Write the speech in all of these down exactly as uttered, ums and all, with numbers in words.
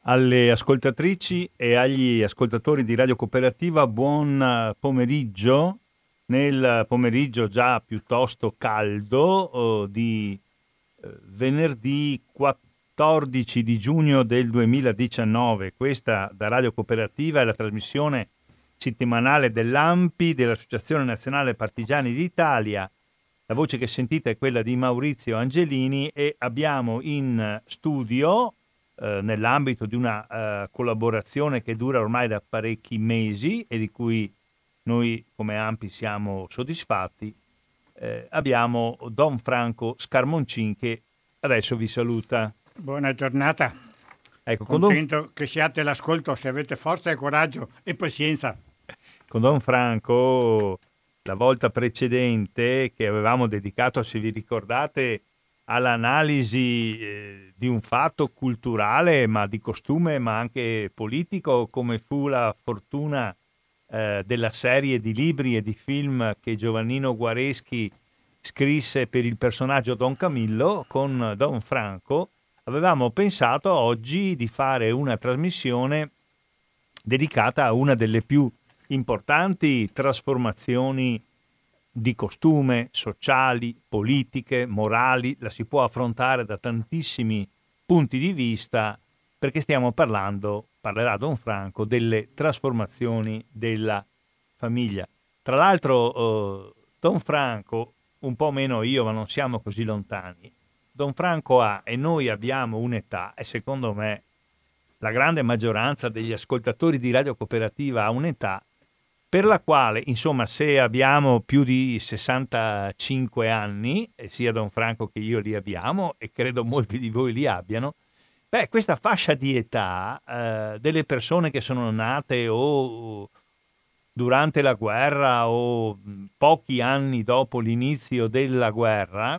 Alle ascoltatrici e agli ascoltatori di Radio Cooperativa, buon pomeriggio. Nel pomeriggio già piuttosto caldo eh, di eh, venerdì quattordici di giugno del duemiladiciannove. Questa da Radio Cooperativa è la trasmissione settimanale dell'A N P I, dell'Associazione Nazionale Partigiani d'Italia. La voce che sentite è quella di Maurizio Angelini e abbiamo in studio, eh, nell'ambito di una eh, collaborazione che dura ormai da parecchi mesi e di cui noi come A N P I siamo soddisfatti, eh, abbiamo Don Franco Scarmoncin che adesso vi saluta. Buona giornata. Ecco, con Contento Don... che siate all'ascolto, se avete forza e coraggio e pazienza. Con Don Franco, la volta precedente che avevamo dedicato, se vi ricordate, all'analisi eh, di un fatto culturale, ma di costume, ma anche politico, come fu la fortuna eh, della serie di libri e di film che Giovannino Guareschi scrisse per il personaggio Don Camillo. Con Don Franco avevamo pensato oggi di fare una trasmissione dedicata a una delle più importanti trasformazioni di costume, sociali, politiche, morali. La si può affrontare da tantissimi punti di vista, perché stiamo parlando, parlerà Don Franco, delle trasformazioni della famiglia. Tra l'altro eh, Don Franco, un po' meno io, ma non siamo così lontani, Don Franco ha, e noi abbiamo un'età, e secondo me la grande maggioranza degli ascoltatori di Radio Cooperativa ha un'età per la quale, insomma, se abbiamo più di sessantacinque anni, e sia Don Franco che io li abbiamo, e credo molti di voi li abbiano, beh, questa fascia di età eh, delle persone che sono nate o durante la guerra o pochi anni dopo l'inizio della guerra,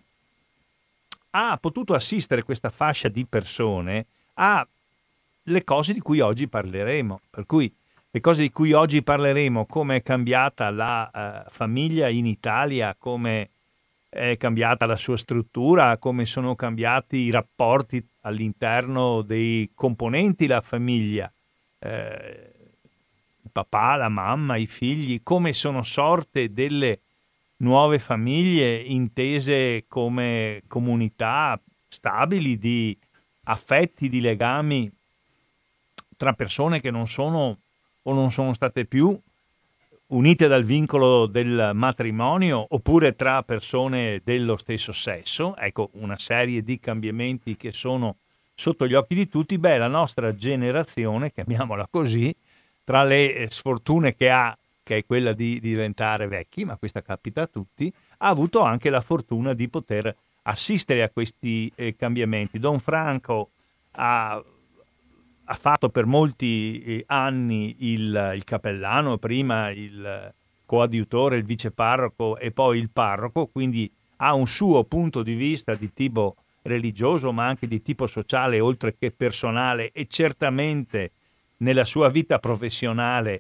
ha potuto assistere questa fascia di persone a le cose di cui oggi parleremo. Per cui le cose di cui oggi parleremo, come è cambiata la uh, famiglia in Italia, come è cambiata la sua struttura, come sono cambiati i rapporti all'interno dei componenti della famiglia, eh, il papà, la mamma, i figli, come sono sorte delle nuove famiglie intese come comunità stabili di affetti, di legami tra persone che non sono o non sono state più unite dal vincolo del matrimonio, oppure tra persone dello stesso sesso. Ecco, una serie di cambiamenti che sono sotto gli occhi di tutti. Beh, la nostra generazione, chiamiamola così, tra le sfortune che ha, che è quella di diventare vecchi, ma questa capita a tutti, ha avuto anche la fortuna di poter assistere a questi eh, cambiamenti. Don Franco ha ha fatto per molti anni il, il cappellano, prima il coadiutore, il viceparroco e poi il parroco, quindi ha un suo punto di vista di tipo religioso ma anche di tipo sociale oltre che personale, e certamente nella sua vita professionale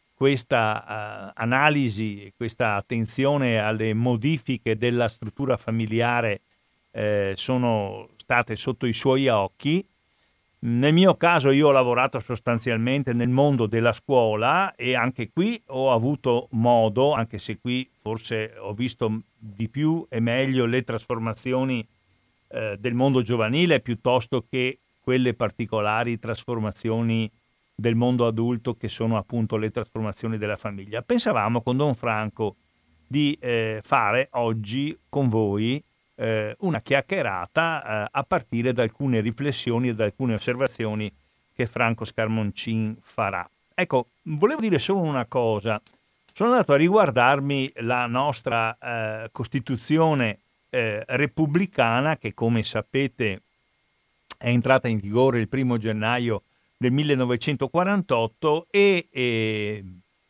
questa uh, analisi, questa attenzione alle modifiche della struttura familiare eh, sono state sotto i suoi occhi. Nel mio caso io ho lavorato sostanzialmente nel mondo della scuola e anche qui ho avuto modo, anche se qui forse ho visto di più e meglio le trasformazioni eh, del mondo giovanile piuttosto che quelle particolari trasformazioni del mondo adulto che sono appunto le trasformazioni della famiglia. Pensavamo con Don Franco di eh, fare oggi con voi una chiacchierata eh, a partire da alcune riflessioni e da alcune osservazioni che Franco Scarmoncin farà. Ecco, volevo dire solo una cosa. Sono andato a riguardarmi la nostra eh, Costituzione eh, repubblicana, che come sapete è entrata in vigore il primo gennaio del millenovecentoquarantotto, e, e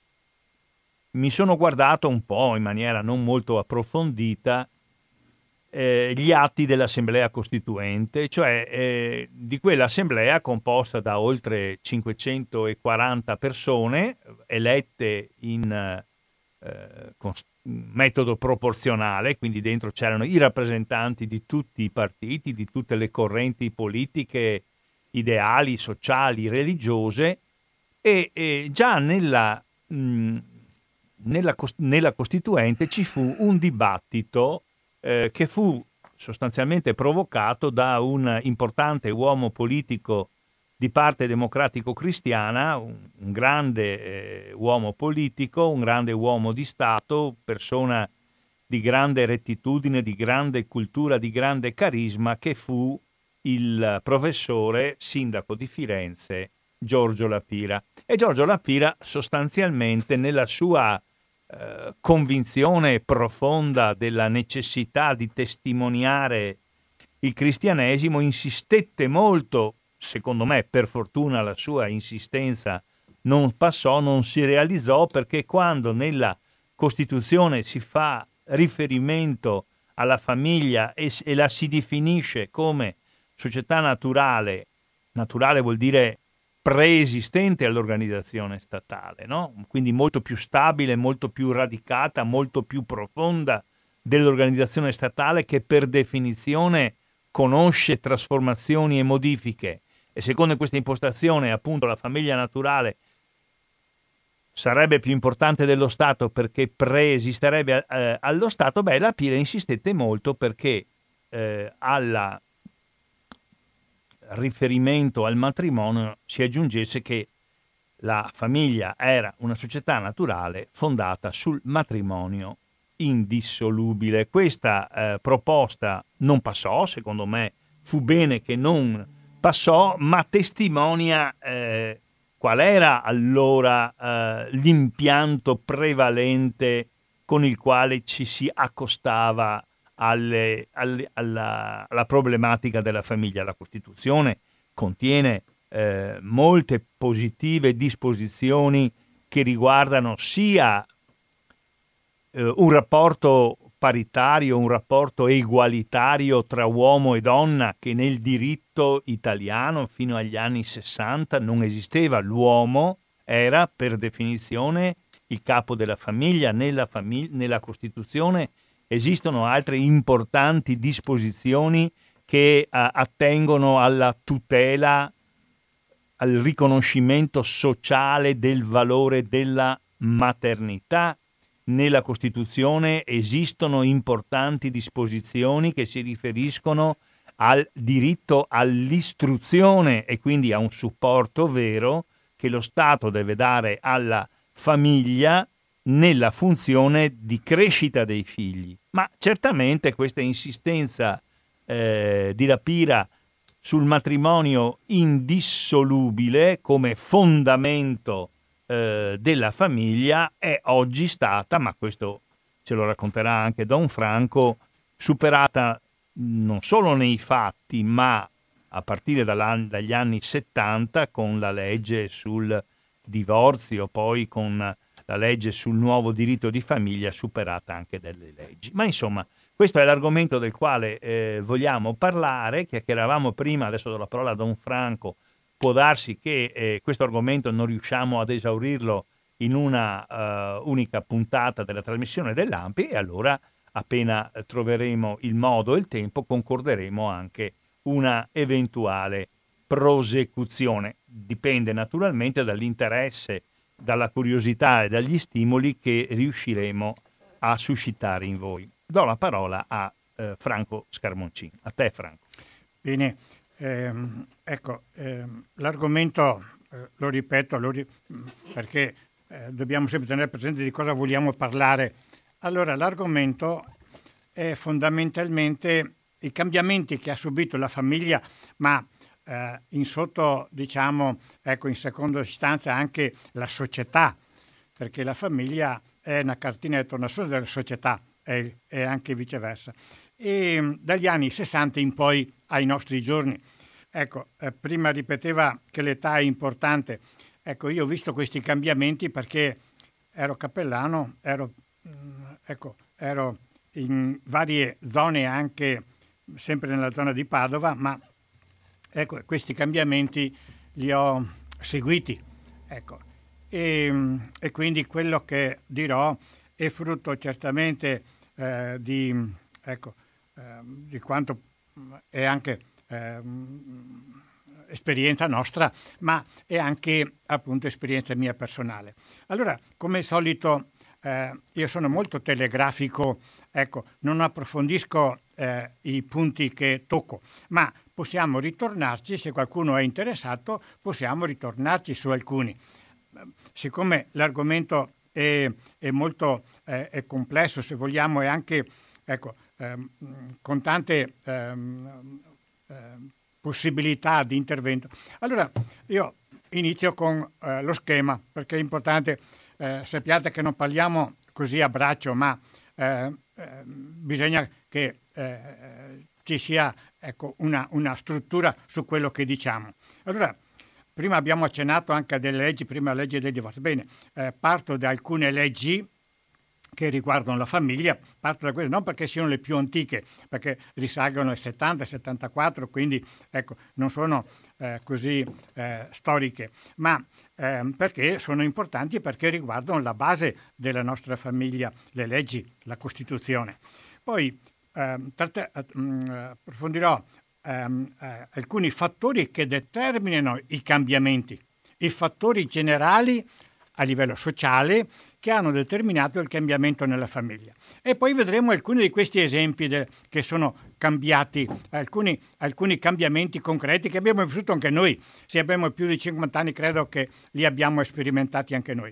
mi sono guardato un po' in maniera non molto approfondita Eh, gli atti dell'Assemblea Costituente, cioè eh, di quell'assemblea composta da oltre cinquecentoquaranta persone elette in eh, con metodo proporzionale, quindi dentro c'erano i rappresentanti di tutti i partiti, di tutte le correnti politiche ideali sociali, religiose, e, e già nella, mh, nella, nella Costituente ci fu un dibattito eh, che fu sostanzialmente provocato da un importante uomo politico di parte democratico-cristiana, un, un grande eh, uomo politico, un grande uomo di Stato, persona di grande rettitudine, di grande cultura, di grande carisma, che fu il professore sindaco di Firenze Giorgio La Pira. E Giorgio La Pira sostanzialmente, nella sua eh, convinzione profonda della necessità di testimoniare il cristianesimo, insistette molto. Secondo me, per fortuna, la sua insistenza non passò, non si realizzò, perché quando nella Costituzione si fa riferimento alla famiglia e, e la si definisce come società naturale, naturale vuol dire preesistente all'organizzazione statale, no? Quindi molto più stabile, molto più radicata, molto più profonda dell'organizzazione statale, che per definizione conosce trasformazioni e modifiche. E secondo questa impostazione, appunto, la famiglia naturale sarebbe più importante dello Stato perché preesisterebbe eh, allo Stato. Beh, La Pira insistette molto perché eh, al riferimento al matrimonio si aggiungesse che la famiglia era una società naturale fondata sul matrimonio indissolubile. Questa eh, proposta non passò, secondo me fu bene che non passò, ma testimonia eh, qual era allora eh, l'impianto prevalente con il quale ci si accostava alle, alle, alla, alla problematica della famiglia. La Costituzione contiene eh, molte positive disposizioni che riguardano sia eh, un rapporto paritario, un rapporto egualitario tra uomo e donna, che nel diritto italiano fino agli anni sessanta non esisteva. L'uomo era per definizione il capo della famiglia. Nella, famig- nella Costituzione esistono altre importanti disposizioni che uh, attengono alla tutela, al riconoscimento sociale del valore della maternità. Nella Costituzione esistono importanti disposizioni che si riferiscono al diritto all'istruzione e quindi a un supporto vero che lo Stato deve dare alla famiglia nella funzione di crescita dei figli. Ma certamente questa insistenza eh, di La Pira sul matrimonio indissolubile come fondamento eh, della famiglia è oggi stata, ma questo ce lo racconterà anche Don Franco, superata non solo nei fatti, ma a partire dagli anni settanta con la legge sul divorzio, poi con la legge sul nuovo diritto di famiglia, superata anche dalle leggi. Ma insomma, questo è l'argomento del quale eh, vogliamo parlare. Chiacchieravamo prima, adesso do la parola a Don Franco. Può darsi che eh, questo argomento non riusciamo ad esaurirlo in una uh, unica puntata della trasmissione dell'A M P I, e allora appena troveremo il modo e il tempo concorderemo anche una eventuale prosecuzione. Dipende naturalmente dall'interesse, dalla curiosità e dagli stimoli che riusciremo a suscitare in voi. Do la parola a eh, Franco Scarmoncin. A te, Franco. Bene, ehm, ecco, ehm, l'argomento, eh, lo ripeto, lo ri- perché eh, dobbiamo sempre tenere presente di cosa vogliamo parlare. Allora, l'argomento è fondamentalmente i cambiamenti che ha subito la famiglia, ma eh, in sotto, diciamo, ecco, in seconda istanza anche la società, perché la famiglia è una cartina di tornasole della società e, e anche viceversa. E dagli anni sessanta in poi ai nostri giorni. Ecco, eh, prima ripeteva che l'età è importante. Ecco, io ho visto questi cambiamenti perché ero cappellano, ero, mh, ecco, ero in varie zone, anche sempre nella zona di Padova, ma ecco, questi cambiamenti li ho seguiti. Ecco, e, e quindi quello che dirò è frutto certamente eh, di, ecco, eh, di quanto è anche eh, esperienza nostra, ma è anche appunto esperienza mia personale. Allora, come al solito, eh, io sono molto telegrafico, ecco, non approfondisco eh, i punti che tocco, ma possiamo ritornarci, se qualcuno è interessato, possiamo ritornarci su alcuni. Siccome l'argomento è, è molto eh, è complesso, se vogliamo, e anche ecco, ehm, con tante ehm, ehm, possibilità di intervento, allora io inizio con eh, lo schema, perché è importante, eh, sappiate che non parliamo così a braccio, ma eh, eh, bisogna che eh, ci sia ecco, una, una struttura su quello che diciamo. Allora, prima abbiamo accennato anche a delle leggi, prima la legge del divorzio. Bene, eh, parto da alcune leggi che riguardano la famiglia, parto da queste non perché siano le più antiche, perché risalgono al settanta settantaquattro, quindi ecco, non sono eh, così eh, storiche, ma eh, perché sono importanti, perché riguardano la base della nostra famiglia, le leggi, la Costituzione. Poi eh, tratta, eh, approfondirò ehm, eh, alcuni fattori che determinano i cambiamenti, i fattori generali a livello sociale che hanno determinato il cambiamento nella famiglia. E poi vedremo alcuni di questi esempi de, che sono cambiati, alcuni, alcuni cambiamenti concreti che abbiamo vissuto anche noi. Se abbiamo più di cinquanta anni, credo che li abbiamo sperimentati anche noi.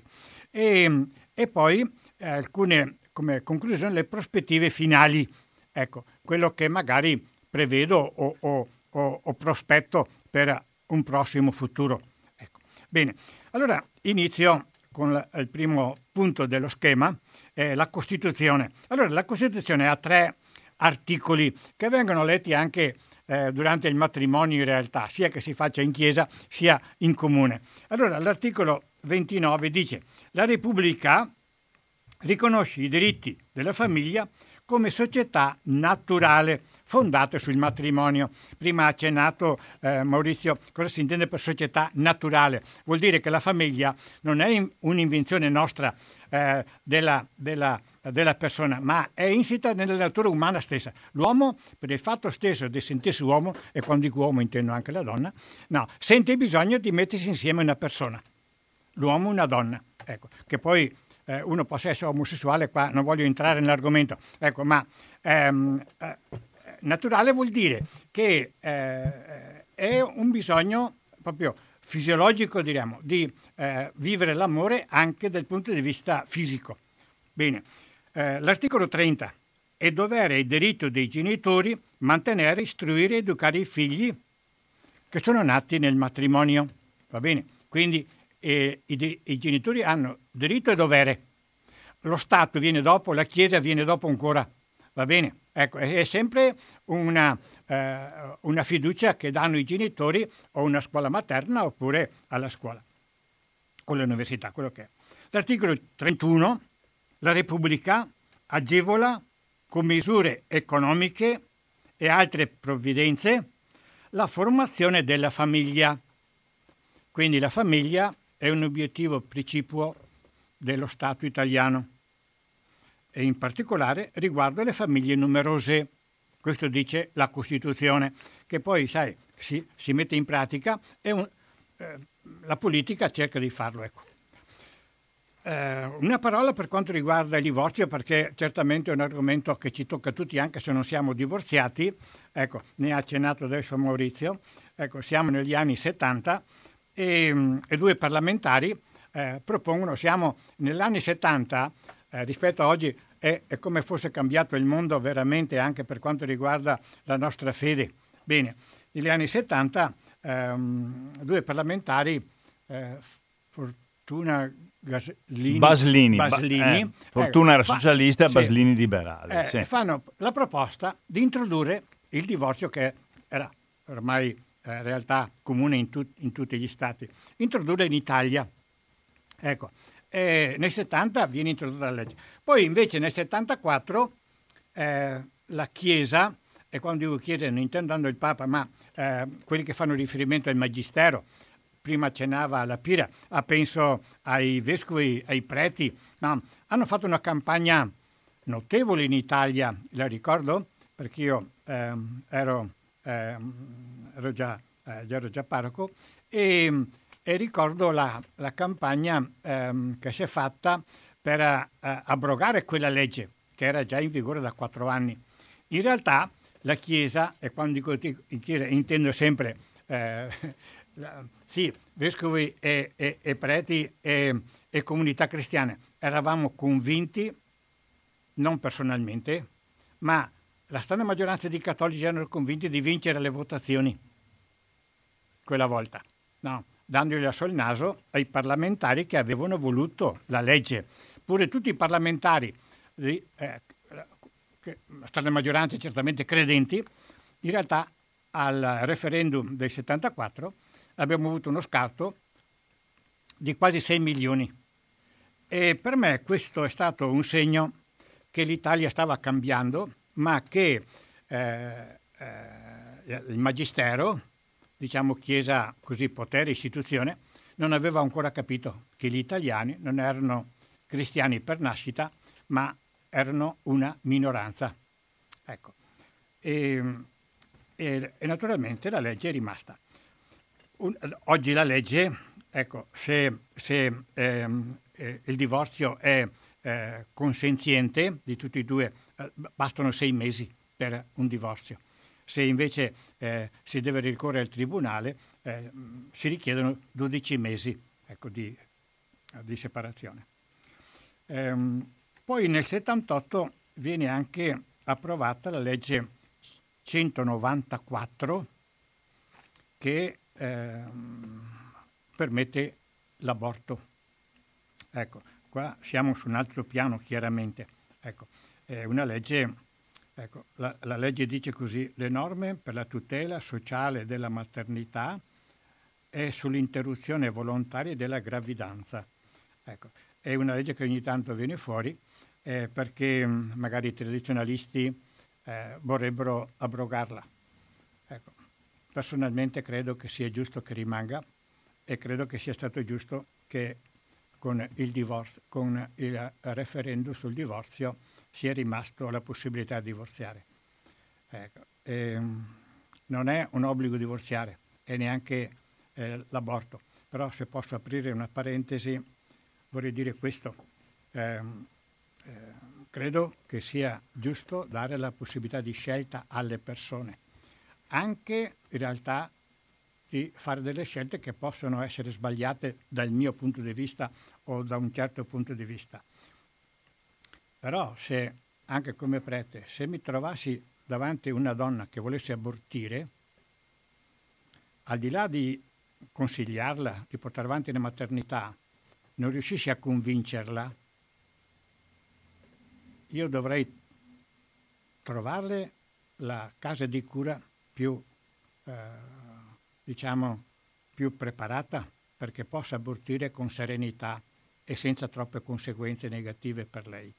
E, e poi eh, alcune, come conclusione, le prospettive finali. Ecco, quello che magari prevedo o, o, o, o prospetto per un prossimo futuro. Ecco. Bene, allora inizio con la, il primo punto dello schema, eh, la Costituzione. Allora, la Costituzione ha tre articoli che vengono letti anche eh, durante il matrimonio in realtà, sia che si faccia in chiesa sia in comune. Allora, l'articolo ventinove dice: la Repubblica riconosce i diritti della famiglia come società naturale fondata sul matrimonio. Prima ha accennato eh, Maurizio cosa si intende per società naturale. Vuol dire che la famiglia non è in, un'invenzione nostra eh, della, della, della persona, ma è insita nella natura umana stessa. L'uomo, per il fatto stesso di sentirsi uomo, e quando dico uomo intendo anche la donna, no, sente il bisogno di mettersi insieme a una persona. L'uomo e una donna. Ecco, che poi eh, uno possa essere omosessuale, qua non voglio entrare nell'argomento, ecco, ma ehm, eh, naturale vuol dire che eh, è un bisogno proprio fisiologico, diremo, di eh, vivere l'amore anche dal punto di vista fisico. Bene, eh, l'articolo trenta: è dovere e diritto dei genitori mantenere, istruire e educare i figli che sono nati nel matrimonio. Va bene? Quindi eh, i, i genitori hanno diritto e dovere. Lo Stato viene dopo, la Chiesa viene dopo ancora. Va bene? Ecco, è sempre una, eh, una fiducia che danno i genitori o una scuola materna oppure alla scuola o all'università, quello che è. L'articolo trentuno: la Repubblica agevola con misure economiche e altre provvidenze la formazione della famiglia. Quindi la famiglia è un obiettivo precipuo dello Stato italiano, e in particolare riguardo alle famiglie numerose. Questo dice la Costituzione, che poi, sai, si, si mette in pratica e un, eh, la politica cerca di farlo. Ecco. Eh, una parola per quanto riguarda il divorzio, perché certamente è un argomento che ci tocca a tutti, anche se non siamo divorziati. Ecco, ne ha accennato adesso Maurizio. Ecco, siamo negli anni settanta e, e due parlamentari eh, propongono, siamo negli anni settanta, eh, rispetto a oggi, È, è come fosse cambiato il mondo veramente anche per quanto riguarda la nostra fede. Bene, negli anni settanta ehm, due parlamentari, eh, Fortuna Gaslini, Baslini, Baslini eh, Fortuna era fa, socialista, sì, Baslini liberale. Eh, sì. Fanno la proposta di introdurre il divorzio, che era ormai eh, realtà comune in, tut, in tutti gli stati, introdurre in Italia. Ecco. Eh, nel settanta viene introdotta la legge. Poi invece nel settantaquattro eh, la Chiesa, e quando dico Chiesa non intendendo il Papa, ma eh, quelli che fanno riferimento al Magistero, prima accennava alla Pira, ah, penso ai vescovi, ai preti, no, hanno fatto una campagna notevole in Italia, la ricordo perché io eh, ero, eh, ero già eh, ero già parroco, e, e ricordo la, la campagna ehm, che si è fatta per eh, abrogare quella legge che era già in vigore da quattro anni. In realtà la Chiesa, e quando dico in Chiesa intendo sempre eh, la, sì, vescovi e, e, e preti e, e comunità cristiane, eravamo convinti, non personalmente, ma la strana maggioranza di cattolici erano convinti di vincere le votazioni quella volta, no? Dandogli la sul naso ai parlamentari che avevano voluto la legge. Pure tutti i parlamentari, eh, che, la strana maggioranza certamente credenti, in realtà al referendum del settantaquattro abbiamo avuto uno scarto di quasi sei milioni. E per me questo è stato un segno che l'Italia stava cambiando, ma che eh, eh, il magistero, diciamo Chiesa, così potere, istituzione, non aveva ancora capito che gli italiani non erano cristiani per nascita, ma erano una minoranza. Ecco. E, e, e naturalmente la legge è rimasta. Un, oggi la legge, ecco, se, se ehm, eh, il divorzio è eh, consenziente di tutti e due, eh, bastano sei mesi per un divorzio. Se invece eh, si deve ricorrere al tribunale, eh, si richiedono dodici mesi, ecco, di, di separazione. Ehm, poi nel settantotto viene anche approvata la legge centonovantaquattro che ehm, permette l'aborto. Ecco, qua siamo su un altro piano chiaramente. Ecco, è una legge... Ecco, la, la legge dice così: le norme per la tutela sociale della maternità e sull'interruzione volontaria della gravidanza. Ecco, è una legge che ogni tanto viene fuori eh, perché mh, magari i tradizionalisti eh, vorrebbero abrogarla. Ecco, personalmente credo che sia giusto che rimanga e credo che sia stato giusto che con il divorzio, con il referendum sul divorzio sia rimasto la possibilità di divorziare. Ecco, ehm, non è un obbligo divorziare e neanche eh, l'aborto, però se posso aprire una parentesi vorrei dire questo. Ehm, eh, credo che sia giusto dare la possibilità di scelta alle persone, anche in realtà di fare delle scelte che possono essere sbagliate dal mio punto di vista o da un certo punto di vista. Però se, anche come prete, se mi trovassi davanti una donna che volesse abortire, al di là di consigliarla, di portare avanti la maternità, non riuscissi a convincerla, io dovrei trovarle la casa di cura più, eh, diciamo, più preparata perché possa abortire con serenità e senza troppe conseguenze negative per lei.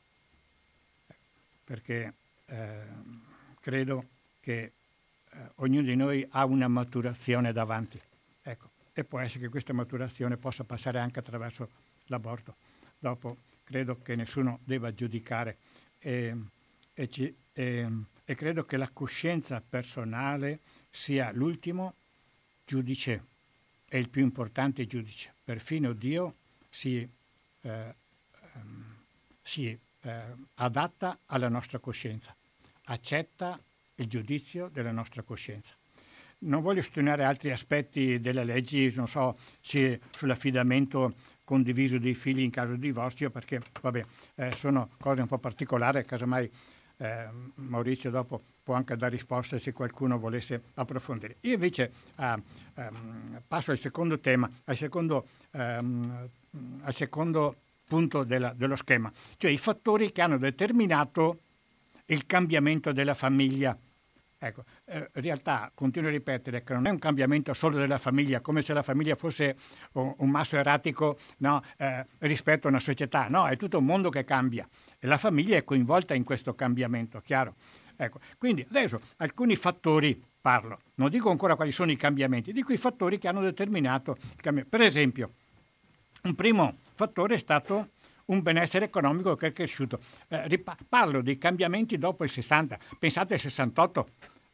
Perché eh, credo che eh, ognuno di noi ha una maturazione davanti. Ecco, e può essere che questa maturazione possa passare anche attraverso l'aborto. Dopo credo che nessuno debba giudicare e, e, ci, e, e credo che la coscienza personale sia l'ultimo giudice e il più importante giudice. Perfino Dio si, eh, um, si eh, adatta alla nostra coscienza, accetta il giudizio della nostra coscienza. Non voglio sottolineare altri aspetti delle leggi, non so, se sull'affidamento condiviso dei figli in caso di divorzio, perché vabbè, eh, sono cose un po' particolari, casomai eh, Maurizio dopo può anche dare risposte se qualcuno volesse approfondire. Io invece eh, ehm, passo al secondo tema, al secondo, ehm, al secondo punto della, dello schema, cioè i fattori che hanno determinato il cambiamento della famiglia. Ecco, eh, in realtà continuo a ripetere che non è un cambiamento solo della famiglia, come se la famiglia fosse un, un masso erratico, no, eh, rispetto a una società. No, è tutto un mondo che cambia e la famiglia è coinvolta in questo cambiamento, chiaro? Ecco, quindi adesso alcuni fattori parlo, non dico ancora quali sono i cambiamenti, dico i fattori che hanno determinato il cambiamento. Per esempio, un primo fattore è stato un benessere economico che è cresciuto. Eh, ripa- parlo dei cambiamenti dopo il sessanta, pensate al sessantotto,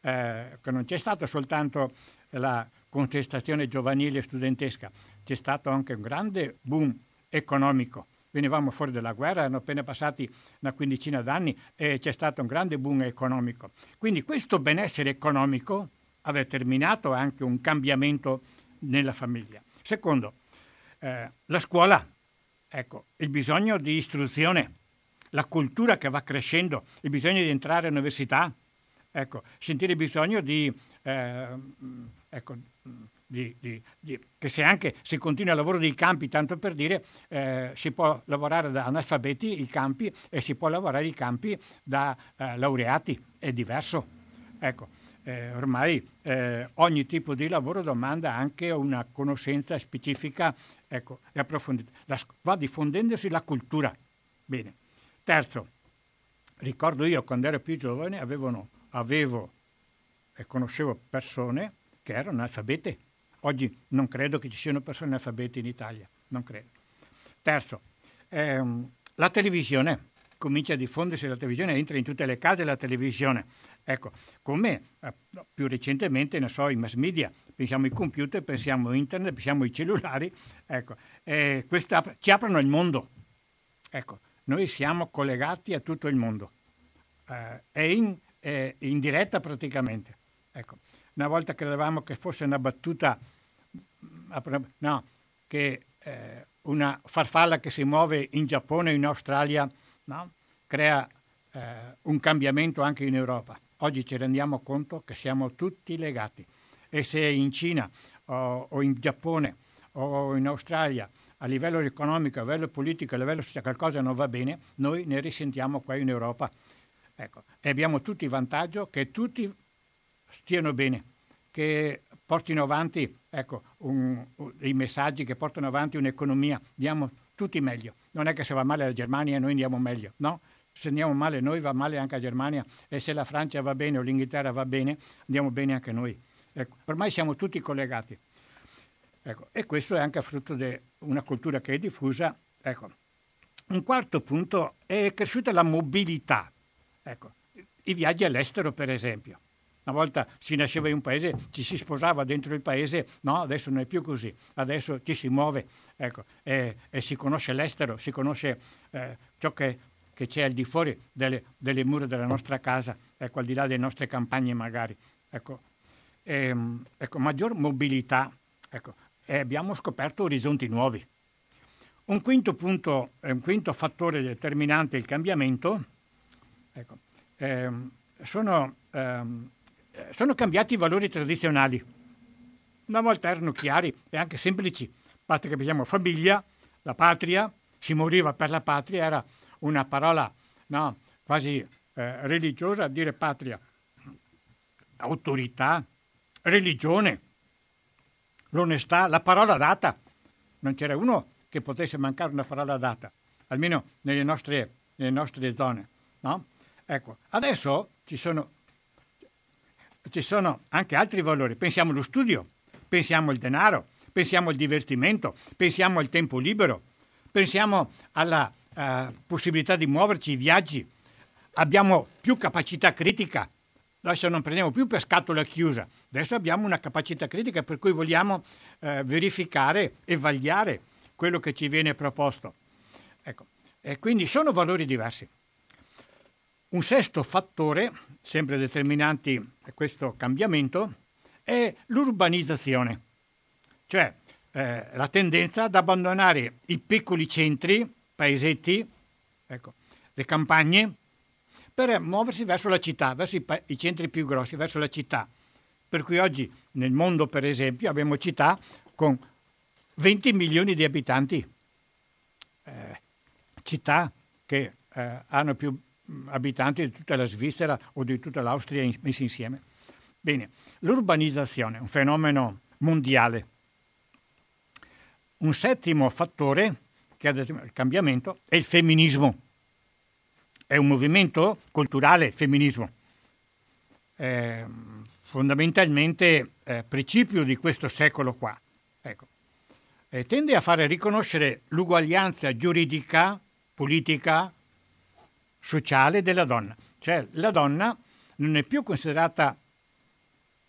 eh, che non c'è stata soltanto la contestazione giovanile e studentesca, c'è stato anche un grande boom economico. Venivamo fuori dalla guerra, erano appena passati una quindicina d'anni e c'è stato un grande boom economico. Quindi questo benessere economico ha determinato anche un cambiamento nella famiglia. Secondo, eh, la scuola, ecco, il bisogno di istruzione, la cultura che va crescendo, il bisogno di entrare all'università, ecco, sentire il bisogno di, eh, ecco, di, di, di, che se anche si continua il lavoro dei campi, tanto per dire, eh, si può lavorare da analfabeti i campi e si può lavorare i campi da eh, laureati, è diverso. Ecco, eh, ormai eh, ogni tipo di lavoro domanda anche una conoscenza specifica, ecco, e approfondita. La, va diffondendosi la cultura. Bene. Terzo, ricordo io quando ero più giovane avevano, avevo e conoscevo persone che erano analfabete. Oggi non credo che ci siano persone analfabete in Italia, non credo. Terzo, ehm, la televisione, comincia a diffondersi la televisione, entra in tutte le case la televisione. Ecco, come eh, più recentemente, ne so, i mass media, pensiamo ai computer, pensiamo a internet, pensiamo ai cellulari, ecco, eh, questa, ci aprono il mondo. Ecco, noi siamo collegati a tutto il mondo, eh, è, in, è in diretta praticamente. Ecco, una volta credevamo che fosse una battuta, no, che eh, una farfalla che si muove in Giappone o in Australia, no, crea eh, un cambiamento anche in Europa. Oggi ci rendiamo conto che siamo tutti legati e se in Cina o, o in Giappone o in Australia a livello economico, a livello politico, a livello sociale qualcosa non va bene, noi ne risentiamo qua in Europa. Ecco, e abbiamo tutti il vantaggio che tutti stiano bene, che portino avanti, ecco, un, un, i messaggi che portano avanti un'economia, diamo tutti meglio. Non è che se va male la Germania noi andiamo meglio, no? Se andiamo male noi va male anche la Germania e se la Francia va bene o l'Inghilterra va bene, andiamo bene anche noi. Ecco, ormai siamo tutti collegati. Ecco, e questo è anche frutto di una cultura che è diffusa. Ecco. Un quarto punto è cresciuta la mobilità. Ecco, i viaggi all'estero, per esempio. Una volta si nasceva in un paese, ci si sposava dentro il paese, no, adesso non è più così. Adesso ci si muove, ecco, e, e si conosce l'estero, si conosce eh, ciò che, che c'è al di fuori delle, delle mura della nostra casa, ecco, al di là delle nostre campagne magari. Ecco, e, ecco maggior mobilità, ecco. E abbiamo scoperto orizzonti nuovi. Un quinto punto, un quinto fattore determinante il cambiamento, ecco, ehm, sono, ehm, sono cambiati i valori tradizionali. Una volta erano chiari e anche semplici. Basta che pensiamo famiglia, la patria, si moriva per la patria, era una parola, no, quasi eh, religiosa, dire patria, autorità, religione, l'onestà, la parola data. Non c'era uno che potesse mancare una parola data, almeno nelle nostre, nelle nostre zone, no? Ecco, adesso ci sono, ci sono anche altri valori. Pensiamo allo studio, pensiamo al denaro, pensiamo al divertimento, pensiamo al tempo libero, pensiamo alla uh, possibilità di muoverci, i viaggi. Abbiamo più capacità critica. Adesso non prendiamo più per scatola chiusa, adesso abbiamo una capacità critica per cui vogliamo eh, verificare e vagliare quello che ci viene proposto. Ecco, e quindi sono valori diversi. Un sesto fattore, sempre determinante a questo cambiamento, è l'urbanizzazione, cioè eh, la tendenza ad abbandonare i piccoli centri, paesetti, ecco, le campagne, per muoversi verso la città, verso i, pa- i centri più grossi, verso la città. Per cui oggi nel mondo, per esempio, abbiamo città con venti milioni di abitanti, eh, città che eh, hanno più abitanti di tutta la Svizzera o di tutta l'Austria messi insieme. Bene, l'urbanizzazione è un fenomeno mondiale. Un settimo fattore che ha il cambiamento è il femminismo. È un movimento culturale, il femminismo, eh, fondamentalmente eh, principio di questo secolo qua. Ecco. Eh, tende a fare riconoscere l'uguaglianza giuridica, politica, sociale della donna. Cioè la donna non è più considerata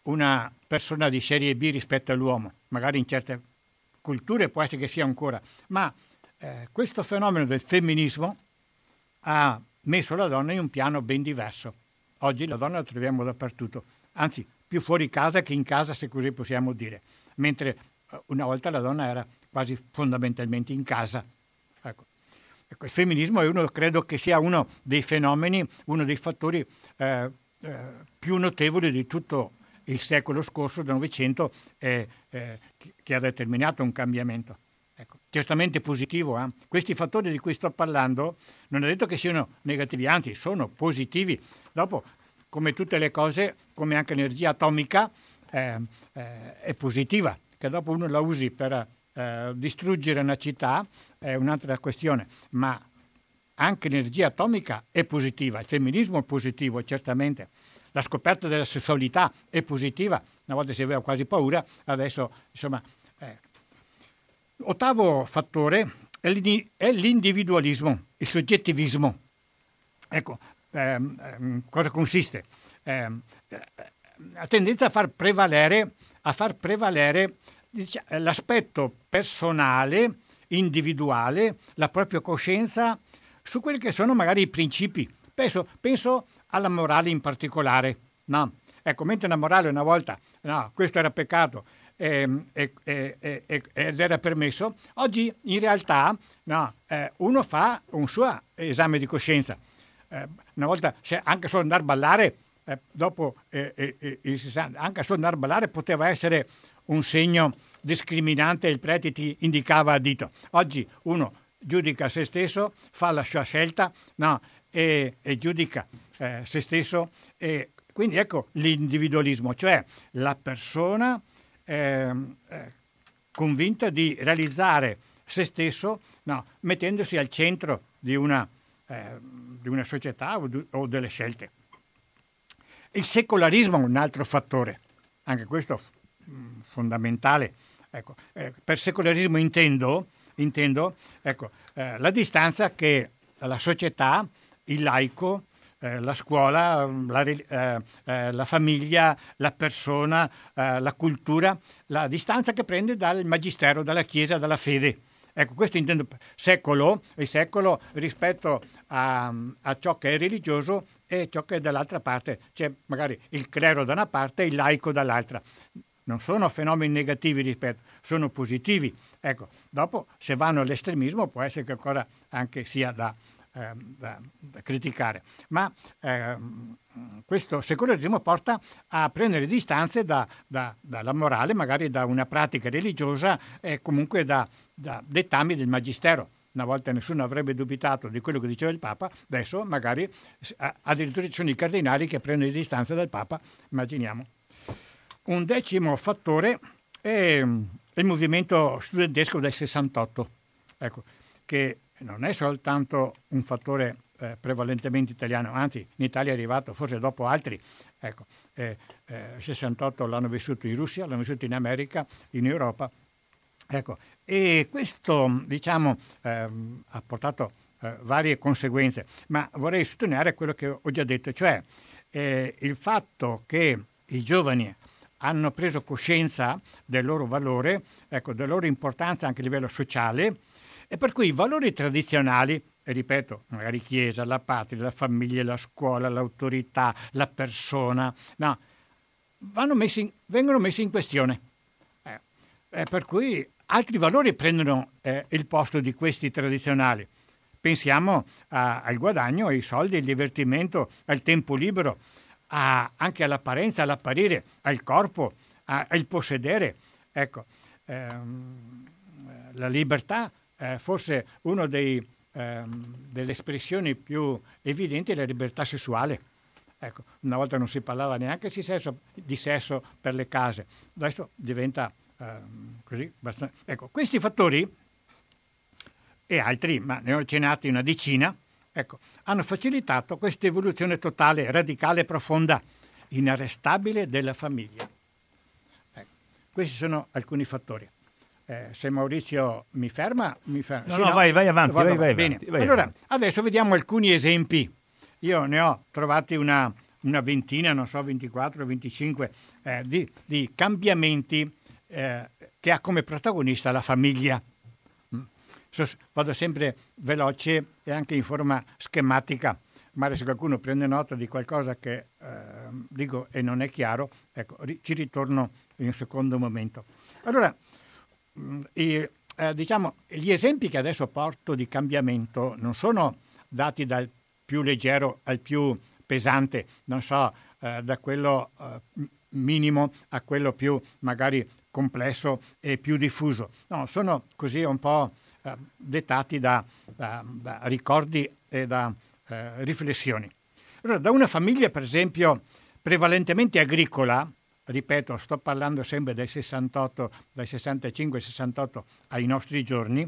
una persona di serie B rispetto all'uomo, magari in certe culture può essere che sia ancora, ma eh, questo fenomeno del femminismo ha messo la donna in un piano ben diverso. Oggi la donna la troviamo dappertutto, anzi più fuori casa che in casa, se così possiamo dire, mentre una volta la donna era quasi fondamentalmente in casa. Ecco. Ecco, il femminismo è uno, credo che sia uno dei fenomeni, uno dei fattori eh, eh, più notevoli di tutto il secolo scorso, del Novecento, eh, eh, che ha determinato un cambiamento. Ecco, certamente positivo. Eh? Questi fattori di cui sto parlando non è detto che siano negativi, anzi sono positivi. Dopo, come tutte le cose, come anche l'energia atomica, eh, eh, è positiva. Che dopo uno la usi per eh, distruggere una città è un'altra questione, ma anche l'energia atomica è positiva, il femminismo è positivo, certamente. La scoperta della sessualità è positiva, una volta si aveva quasi paura, adesso insomma... Eh. Ottavo fattore è l'individualismo, il soggettivismo. Ecco, ehm, ehm, cosa consiste? Ehm, la tendenza a far prevalere, a far prevalere diciamo, l'aspetto personale, individuale, la propria coscienza su quelli che sono magari i principi. Penso, penso alla morale in particolare. No? Ecco, mentre la morale una volta, no, questo era peccato, ed eh, eh, eh, eh, era permesso, oggi in realtà no, eh, uno fa un suo esame di coscienza. Eh, una volta anche solo andare a ballare, eh, dopo eh, eh, eh, anche solo andare a ballare poteva essere un segno discriminante, il prete ti indicava a dito. Oggi uno giudica se stesso, fa la sua scelta no, e, e giudica eh, se stesso. E quindi ecco l'individualismo, cioè la persona eh, eh, convinta di realizzare se stesso, no, mettendosi al centro di una, eh, di una società o, di, o delle scelte. Il secolarismo è un altro fattore, anche questo mh, fondamentale. Ecco, eh, per secolarismo intendo, intendo ecco, eh, la distanza che la società, il laico, eh, la scuola, la, eh, eh, la famiglia, la persona, eh, la cultura, la distanza che prende dal magistero, dalla Chiesa, dalla fede. Ecco, questo intendo secolo, il secolo rispetto a, a ciò che è religioso e ciò che è dall'altra parte. C'è magari il clero da una parte e il laico dall'altra. Non sono fenomeni negativi rispetto, sono positivi. Ecco, dopo se vanno all'estremismo può essere che ancora anche sia da, eh, da, da criticare. Ma eh, questo secolarismo porta a prendere distanze da, da, dalla morale, magari da una pratica religiosa e comunque da, da dettami del magistero. Una volta nessuno avrebbe dubitato di quello che diceva il Papa, adesso magari addirittura ci sono i cardinali che prendono distanze dal Papa, immaginiamo. Un decimo fattore è il movimento studentesco del sessantotto, ecco, che non è soltanto un fattore eh, prevalentemente italiano, anzi in Italia è arrivato forse dopo altri. Ecco, eh, eh, il sessantotto l'hanno vissuto in Russia, l'hanno vissuto in America, in Europa. Ecco, e questo diciamo eh, ha portato eh, varie conseguenze, ma vorrei sottolineare quello che ho già detto, cioè eh, il fatto che i giovani hanno preso coscienza del loro valore, ecco, della loro importanza anche a livello sociale, e per cui i valori tradizionali, e ripeto, magari Chiesa, la patria, la famiglia, la scuola, l'autorità, la persona, no, vanno messi in, vengono messi in questione. Eh, eh, per cui altri valori prendono eh, il posto di questi tradizionali. Pensiamo a, al guadagno, ai soldi, al divertimento, al tempo libero, A, anche all'apparenza, all'apparire, al corpo, a, al possedere. Ecco, ehm, la libertà, eh, forse una ehm, delle espressioni più evidenti è la libertà sessuale. Ecco, una volta non si parlava neanche di sesso, di sesso per le case, adesso diventa ehm, così. Abbastanza. Ecco, questi fattori e altri, ma ne ho accennati una decina, ecco, hanno facilitato questa evoluzione totale, radicale e profonda, inarrestabile della famiglia. Ecco, questi sono alcuni fattori. Eh, se Maurizio mi ferma, mi ferma. No, sì, no, no, vai, vai avanti, vado, vai, vai bene. avanti. Vai allora, avanti. Adesso vediamo alcuni esempi. Io ne ho trovati una, una ventina, non so, ventiquattro, venticinque eh, di, di cambiamenti eh, che ha come protagonista la famiglia. Mm. So, vado sempre veloce e anche in forma schematica, ma se qualcuno prende nota di qualcosa che eh, dico e non è chiaro, ecco, ri- ci ritorno in un secondo momento. Allora, mh, i, eh, diciamo, gli esempi che adesso porto di cambiamento non sono dati dal più leggero al più pesante, non so, eh, da quello eh, minimo a quello più magari complesso e più diffuso. No, sono così un po' eh, dettati da, da, da ricordi e da eh, riflessioni. Allora, da una famiglia, per esempio, prevalentemente agricola, ripeto, sto parlando sempre dai sessantotto, dai sessantacinque sessantotto ai nostri giorni,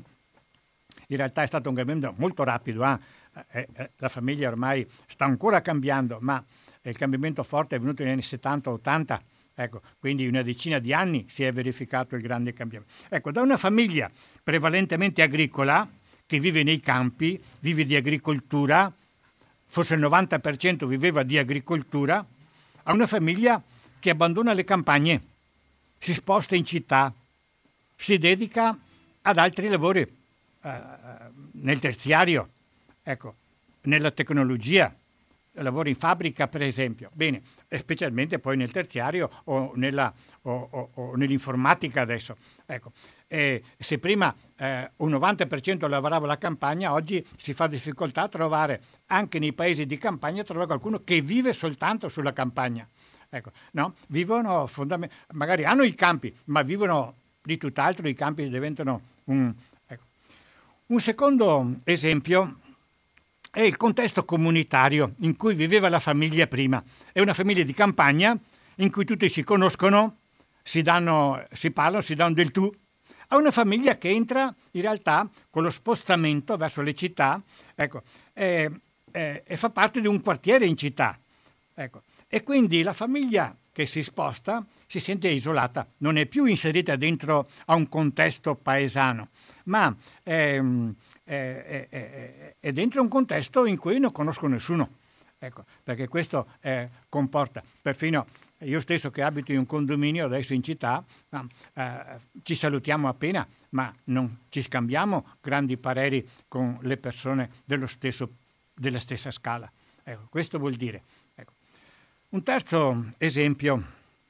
in realtà è stato un cambiamento molto rapido, eh? Eh, eh, la famiglia ormai sta ancora cambiando, ma il cambiamento forte è venuto negli anni settanta ottanta, ecco, quindi una decina di anni si è verificato il grande cambiamento. Ecco, da una famiglia prevalentemente agricola, che vive nei campi, vive di agricoltura, forse il novanta per cento viveva di agricoltura, a una famiglia che abbandona le campagne, si sposta in città, si dedica ad altri lavori, eh, nel terziario, ecco, nella tecnologia, lavora in fabbrica per esempio, bene, e specialmente poi nel terziario o, nella, o, o, o nell'informatica adesso. Ecco. E se prima eh, un novanta per cento lavorava la campagna, oggi si fa difficoltà a trovare, anche nei paesi di campagna, trovare qualcuno che vive soltanto sulla campagna. Ecco, no? Vivono fondament- magari hanno i campi, ma vivono di tutt'altro, i campi diventano un... Ecco. Un secondo esempio è il contesto comunitario in cui viveva la famiglia prima. È una famiglia di campagna in cui tutti si conoscono, si danno, si parlano, si danno del tu. A una famiglia che entra in realtà con lo spostamento verso le città, ecco, e, e, e fa parte di un quartiere in città. Ecco. E quindi la famiglia che si sposta si sente isolata, non è più inserita dentro a un contesto paesano, ma ehm, è, è, è, è dentro un contesto in cui non conosco nessuno, ecco, perché questo eh, comporta, perfino io stesso che abito in un condominio adesso in città, eh, ci salutiamo appena, ma non ci scambiamo grandi pareri con le persone dello stesso, della stessa scala. Ecco, questo vuol dire. Ecco. Un terzo esempio,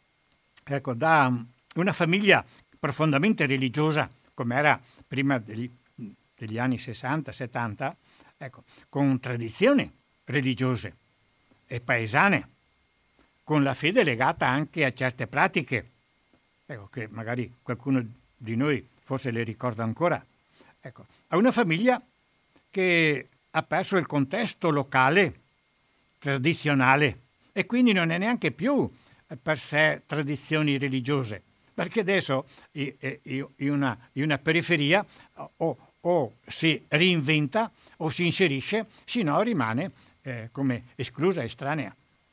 ecco, da una famiglia profondamente religiosa, come era prima degli degli anni sessanta settanta, ecco, con tradizioni religiose e paesane, con la fede legata anche a certe pratiche, ecco, che magari qualcuno di noi forse le ricorda ancora. Ecco, a una famiglia che ha perso il contesto locale, tradizionale, e quindi non è neanche più per sé tradizioni religiose, perché adesso in una, in una periferia o o si reinventa o si inserisce, se no rimane eh, come esclusa, estranea.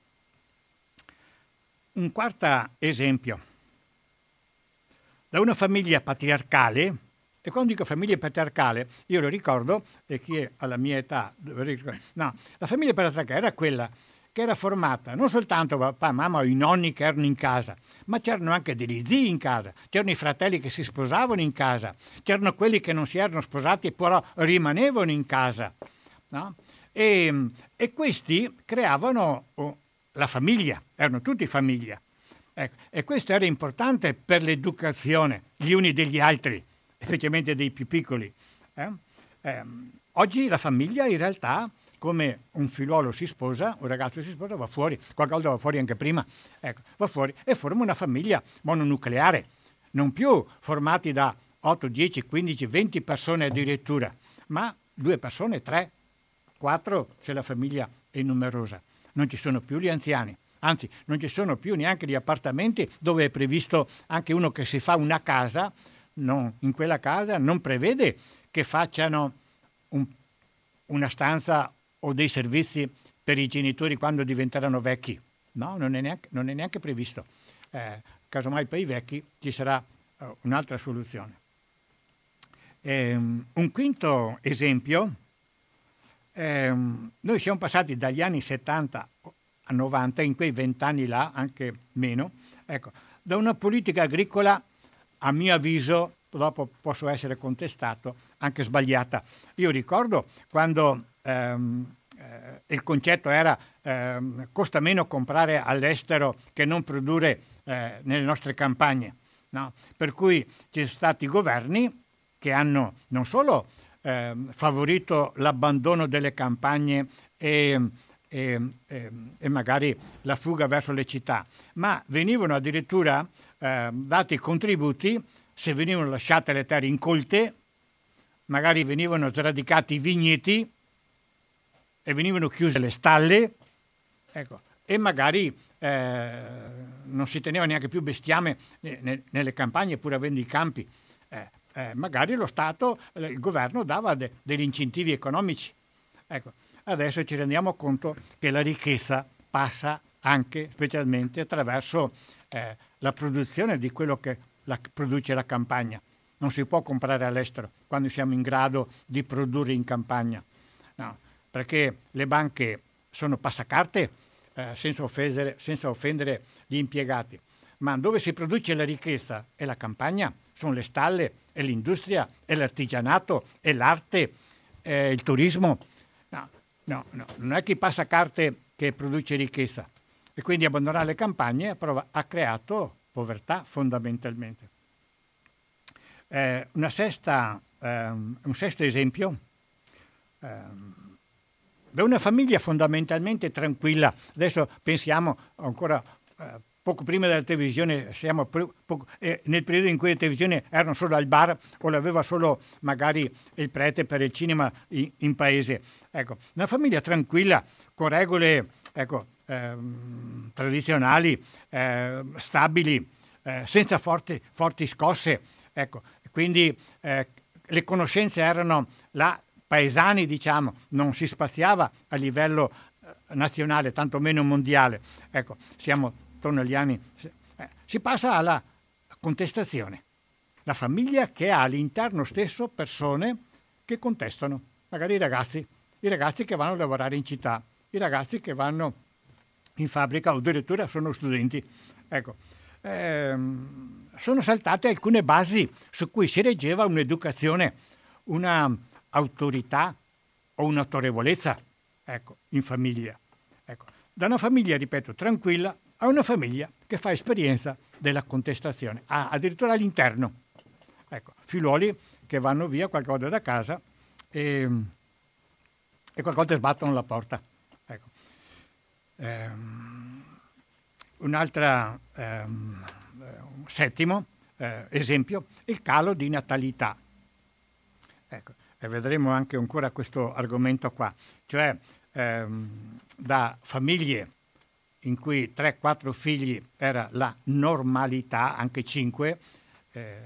Un quarto esempio. Da una famiglia patriarcale, e quando dico famiglia patriarcale, io lo ricordo, e chi è alla mia età, no, la famiglia patriarcale era quella che era formata non soltanto papà, mamma o i nonni che erano in casa, ma c'erano anche degli zii in casa, c'erano i fratelli che si sposavano in casa, c'erano quelli che non si erano sposati però rimanevano in casa, no? e, e questi creavano oh, la famiglia, erano tutti famiglia. Ecco, e questo era importante per l'educazione gli uni degli altri, specialmente dei più piccoli. Eh? Eh, oggi la famiglia in realtà, come un figliuolo si sposa, un ragazzo si sposa, va fuori, qualche volta va fuori anche prima, ecco, va fuori e forma una famiglia mononucleare, non più formati da otto, dieci, quindici, venti persone addirittura, ma due persone, tre, quattro, se la famiglia è numerosa. Non ci sono più gli anziani, anzi non ci sono più neanche gli appartamenti dove è previsto anche uno che si fa una casa, non, in quella casa non prevede che facciano un, una stanza o dei servizi per i genitori quando diventeranno vecchi. No, non è neanche, non è neanche previsto. Eh, casomai per i vecchi ci sarà uh, un'altra soluzione. Um, un quinto esempio, um, noi siamo passati dagli anni settanta a novanta, in quei vent'anni là, anche meno, Ecco, da una politica agricola, a mio avviso, dopo posso essere contestato, anche sbagliata. Io ricordo quando ehm, eh, il concetto era ehm, costa meno comprare all'estero che non produrre eh, nelle nostre campagne, no? Per cui ci sono stati governi che hanno non solo eh, favorito l'abbandono delle campagne e, e, e, e magari la fuga verso le città, ma venivano addirittura eh, dati contributi se venivano lasciate le terre incolte, magari venivano sradicati i vigneti e venivano chiuse le stalle, ecco, e magari eh, non si teneva neanche più bestiame ne, ne, nelle campagne, pur avendo i campi. Eh, eh, magari lo Stato, eh, il governo dava de, degli incentivi economici. Ecco, adesso ci rendiamo conto che la ricchezza passa anche, specialmente, attraverso eh, la produzione di quello che la, produce la campagna. Non si può comprare all'estero quando siamo in grado di produrre in campagna, no, perché le banche sono passacarte, eh, senza, offendere, senza offendere gli impiegati, ma dove si produce la ricchezza è la campagna, sono le stalle, è l'industria, è l'artigianato, è l'arte, è il turismo. No, no, no, non è chi passa carte che produce ricchezza, e quindi abbandonare le campagne ha creato povertà fondamentalmente. Eh, una sesta, ehm, un sesto esempio, ehm, da una famiglia fondamentalmente tranquilla. Adesso pensiamo ancora eh, poco prima della televisione, siamo poco, eh, nel periodo in cui le televisioni erano solo al bar o l'aveva solo magari il prete per il cinema in, in paese. Ecco, una famiglia tranquilla con regole, ecco, ehm, tradizionali, eh, stabili, eh, senza forti, forti scosse. Ecco, quindi eh, le conoscenze erano là, paesani, diciamo, non si spaziava a livello eh, nazionale, tantomeno mondiale. Ecco, siamo attorno agli anni... Eh, si passa alla contestazione. La famiglia che ha all'interno stesso persone che contestano, magari i ragazzi, i ragazzi che vanno a lavorare in città, i ragazzi che vanno in fabbrica o addirittura sono studenti. Ecco, ehm, sono saltate alcune basi su cui si reggeva un'educazione, una autorità o un'autorevolezza, ecco, in famiglia. Ecco, da una famiglia, ripeto, tranquilla a una famiglia che fa esperienza della contestazione, ah, addirittura all'interno. Ecco, figliuoli che vanno via qualche volta da casa e, e qualche volta sbattono la porta. Ecco. Ehm, un'altra ehm, settimo eh, esempio, il calo di natalità. Ecco, e vedremo anche ancora questo argomento qua, cioè ehm, da famiglie in cui tre quattro figli era la normalità, anche cinque, eh,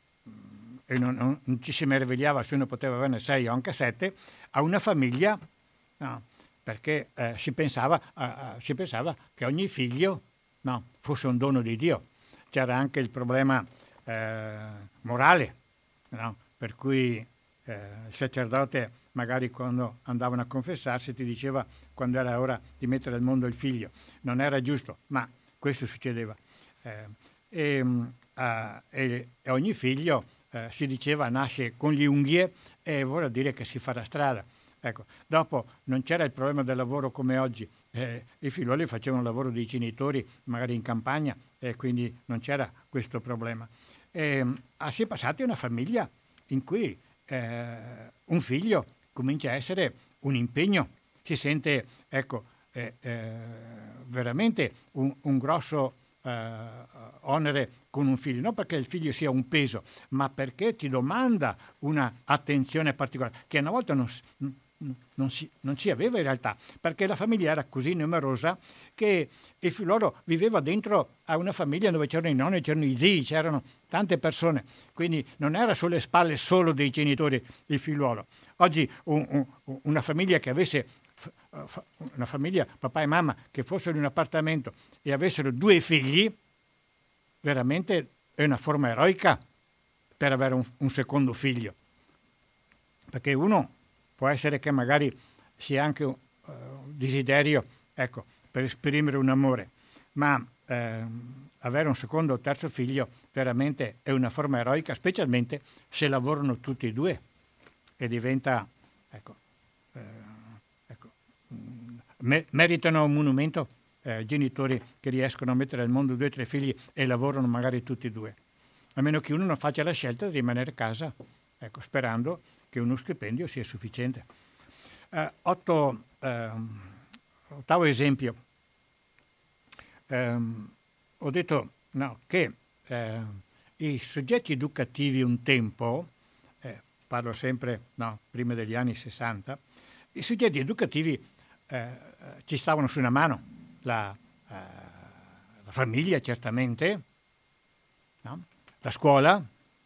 e non, non, non ci si meravigliava se uno poteva averne sei o anche sette, a una famiglia, no, perché eh, si, pensava, uh, si pensava che ogni figlio, no, fosse un dono di Dio. C'era anche il problema eh, morale, no? Per cui eh, il sacerdote magari quando andavano a confessarsi ti diceva quando era ora di mettere al mondo il figlio. Non era giusto, ma questo succedeva. Eh, e, uh, e, e ogni figlio eh, si diceva nasce con le unghie e vuol dire che si farà strada. Ecco, dopo non c'era il problema del lavoro come oggi. Eh, i figlioli facevano il lavoro dei genitori magari in campagna e quindi non c'era questo problema. E, ah, si è passati a una famiglia in cui eh, un figlio comincia a essere un impegno, si sente, ecco, eh, eh, veramente un, un grosso eh, onere con un figlio, non perché il figlio sia un peso, ma perché ti domanda una attenzione particolare, che una volta non, non, si, non si aveva in realtà, perché la famiglia era così numerosa che il figliolo viveva dentro a una famiglia dove c'erano i nonni, c'erano i zii, c'erano tante persone, quindi non era sulle spalle solo dei genitori il figliuolo. Oggi un, un, una famiglia che avesse una famiglia, papà e mamma, che fossero in un appartamento e avessero due figli, veramente è una forma eroica per avere un, un secondo figlio, perché uno può essere che magari sia anche un uh, desiderio, ecco, per esprimere un amore, ma uh, avere un secondo o terzo figlio veramente è una forma eroica, specialmente se lavorano tutti e due e diventa, ecco, eh, ecco me, meritano un monumento eh, genitori che riescono a mettere al mondo due o tre figli e lavorano magari tutti e due, a meno che uno non faccia la scelta di rimanere a casa, ecco, sperando che uno stipendio sia sufficiente. Eh, otto, eh, ottavo esempio. Eh, ho detto no, che eh, i soggetti educativi un tempo, eh, parlo sempre no, prima degli anni sessanta, i soggetti educativi eh, ci stavano su una mano, la, eh, la famiglia certamente, no? La scuola,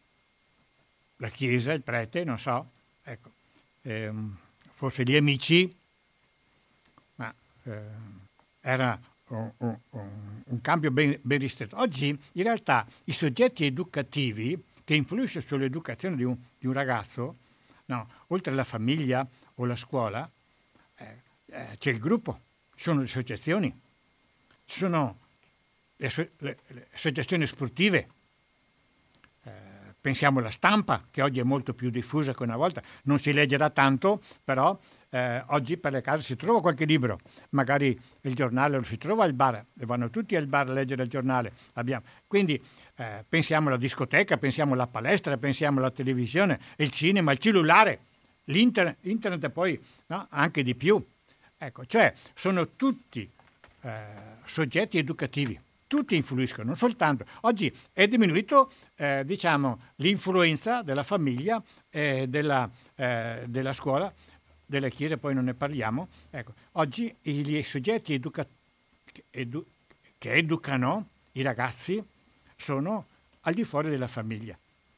la chiesa, il prete, non so, ecco, ehm, forse gli amici, ma eh, era un, un, un cambio ben, ben ristretto. Oggi in realtà i soggetti educativi che influiscono sull'educazione di un, di un ragazzo, no, oltre alla famiglia o la scuola, eh, eh, c'è il gruppo, ci sono le associazioni, ci sono le, le, le associazioni sportive. Pensiamo alla stampa, che oggi è molto più diffusa che una volta, non si leggerà tanto, però eh, oggi per le case si trova qualche libro, magari il giornale lo si trova al bar, e vanno tutti al bar a leggere il giornale. Abbiamo. Quindi eh, pensiamo alla discoteca, pensiamo alla palestra, pensiamo alla televisione, il cinema, il cellulare, l'internet, internet e poi no, anche di più. Ecco, cioè sono tutti eh, soggetti educativi. Tutti influiscono, non soltanto. Oggi è diminuito eh, diciamo, l'influenza della famiglia, eh, della, eh, della scuola, delle chiese, poi non ne parliamo. Ecco, oggi i soggetti educa- edu- che educano i ragazzi sono al di fuori della famiglia.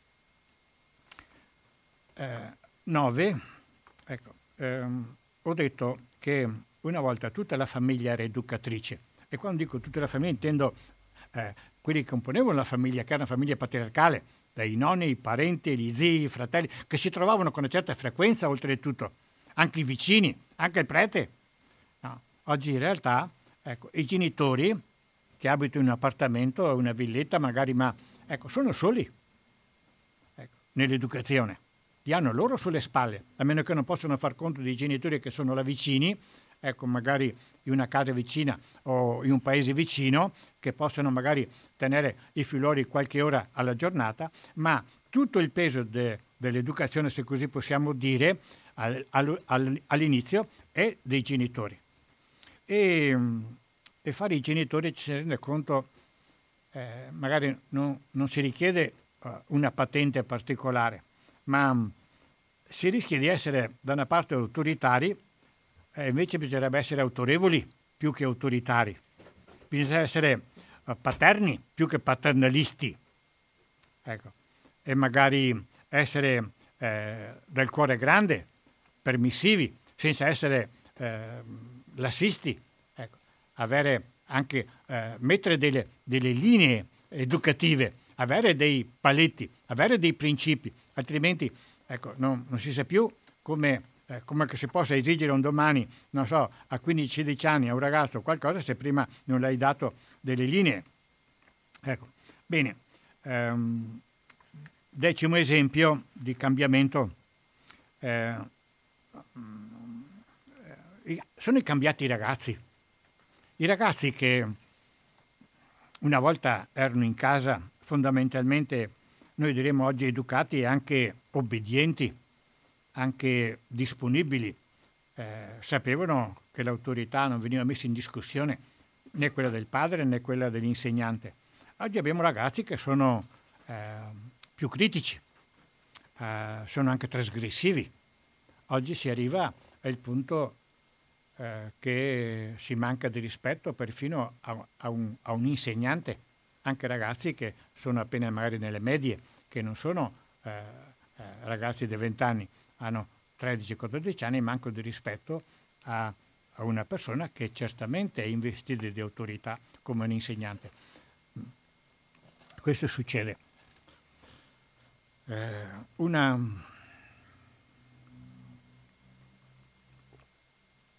Eh, nove, ecco, ehm, ho detto che una volta tutta la famiglia era educatrice. E quando dico tutta la famiglia intendo eh, quelli che componevano la famiglia, che era una famiglia patriarcale, dai nonni, i parenti, gli zii, i fratelli, che si trovavano con una certa frequenza oltretutto, anche i vicini, anche il prete. No. Oggi in realtà ecco, i genitori che abitano in un appartamento o una villetta magari, ma ecco, sono soli ecco, nell'educazione. Li hanno loro sulle spalle, a meno che non possano far conto dei genitori che sono là vicini, ecco, magari in una casa vicina o in un paese vicino, che possono magari tenere i figlioli qualche ora alla giornata, ma tutto il peso de, dell'educazione, se così possiamo dire, al, al, all'inizio è dei genitori. E, e fare i genitori ci si rende conto, eh, magari non, non si richiede uh, una patente particolare, ma si rischia di essere da una parte autoritari, e invece bisognerebbe essere autorevoli più che autoritari. Bisogna essere uh, paterni più che paternalisti. Ecco. E magari essere eh, del cuore grande, permissivi, senza essere eh, lassisti. Ecco. Avere anche, eh, mettere delle, delle linee educative, avere dei paletti, avere dei principi, altrimenti ecco, non, non si sa più come... Eh, come che si possa esigere un domani, non so, a quindici sedici anni a un ragazzo qualcosa se prima non le hai dato delle linee. Ecco, bene. Ehm, decimo esempio di cambiamento. Eh, sono cambiati i ragazzi. I ragazzi che una volta erano in casa fondamentalmente, noi diremmo oggi educati e anche obbedienti, anche disponibili, eh, sapevano che l'autorità non veniva messa in discussione, né quella del padre né quella dell'insegnante. Oggi abbiamo ragazzi che sono eh, più critici, eh, sono anche trasgressivi. Oggi si arriva al punto eh, che si manca di rispetto perfino a, a, un, a un insegnante, anche ragazzi che sono appena magari nelle medie, che non sono eh, eh, ragazzi di venti anni, hanno tredici quattordici anni, manco di rispetto a, a una persona che certamente è investita di autorità come un insegnante. Questo succede. Eh, una,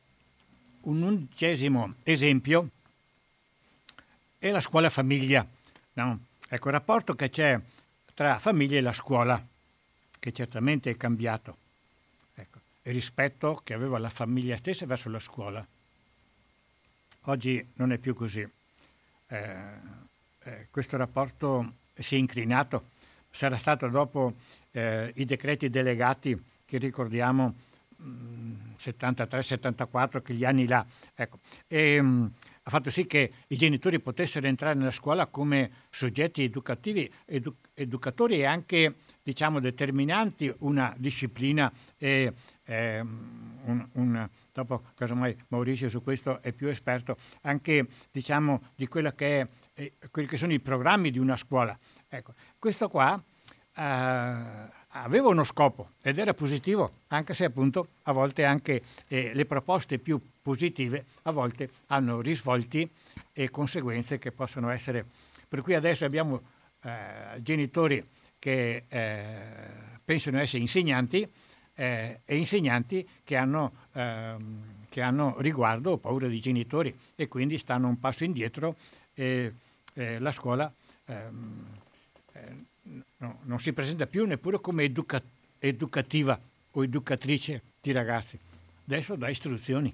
un undicesimo esempio è la scuola famiglia, no? Ecco, il rapporto che c'è tra famiglia e la scuola, che certamente è cambiato, ecco, il rispetto che aveva la famiglia stessa verso la scuola. Oggi non è più così. Eh, eh, questo rapporto si è inclinato, sarà stato dopo eh, i decreti delegati che ricordiamo mh, settantatré settantaquattro, quegli anni là, ecco, e mh, ha fatto sì che i genitori potessero entrare nella scuola come soggetti educativi, edu- educatori e anche, diciamo, determinanti una disciplina e eh, un, un, dopo casomai Maurizio su questo è più esperto, anche, diciamo, di quella che è, eh, quelli che sono i programmi di una scuola. Ecco, questo qua eh, aveva uno scopo ed era positivo, anche se appunto a volte anche eh, le proposte più positive a volte hanno risvolti e conseguenze che possono essere, per cui adesso abbiamo eh, genitori che eh, pensano essere insegnanti eh, e insegnanti che hanno, ehm, che hanno riguardo o paura di genitori e quindi stanno un passo indietro e eh, la scuola ehm, eh, no, non si presenta più neppure come educa- educativa o educatrice di ragazzi, adesso dà istruzioni.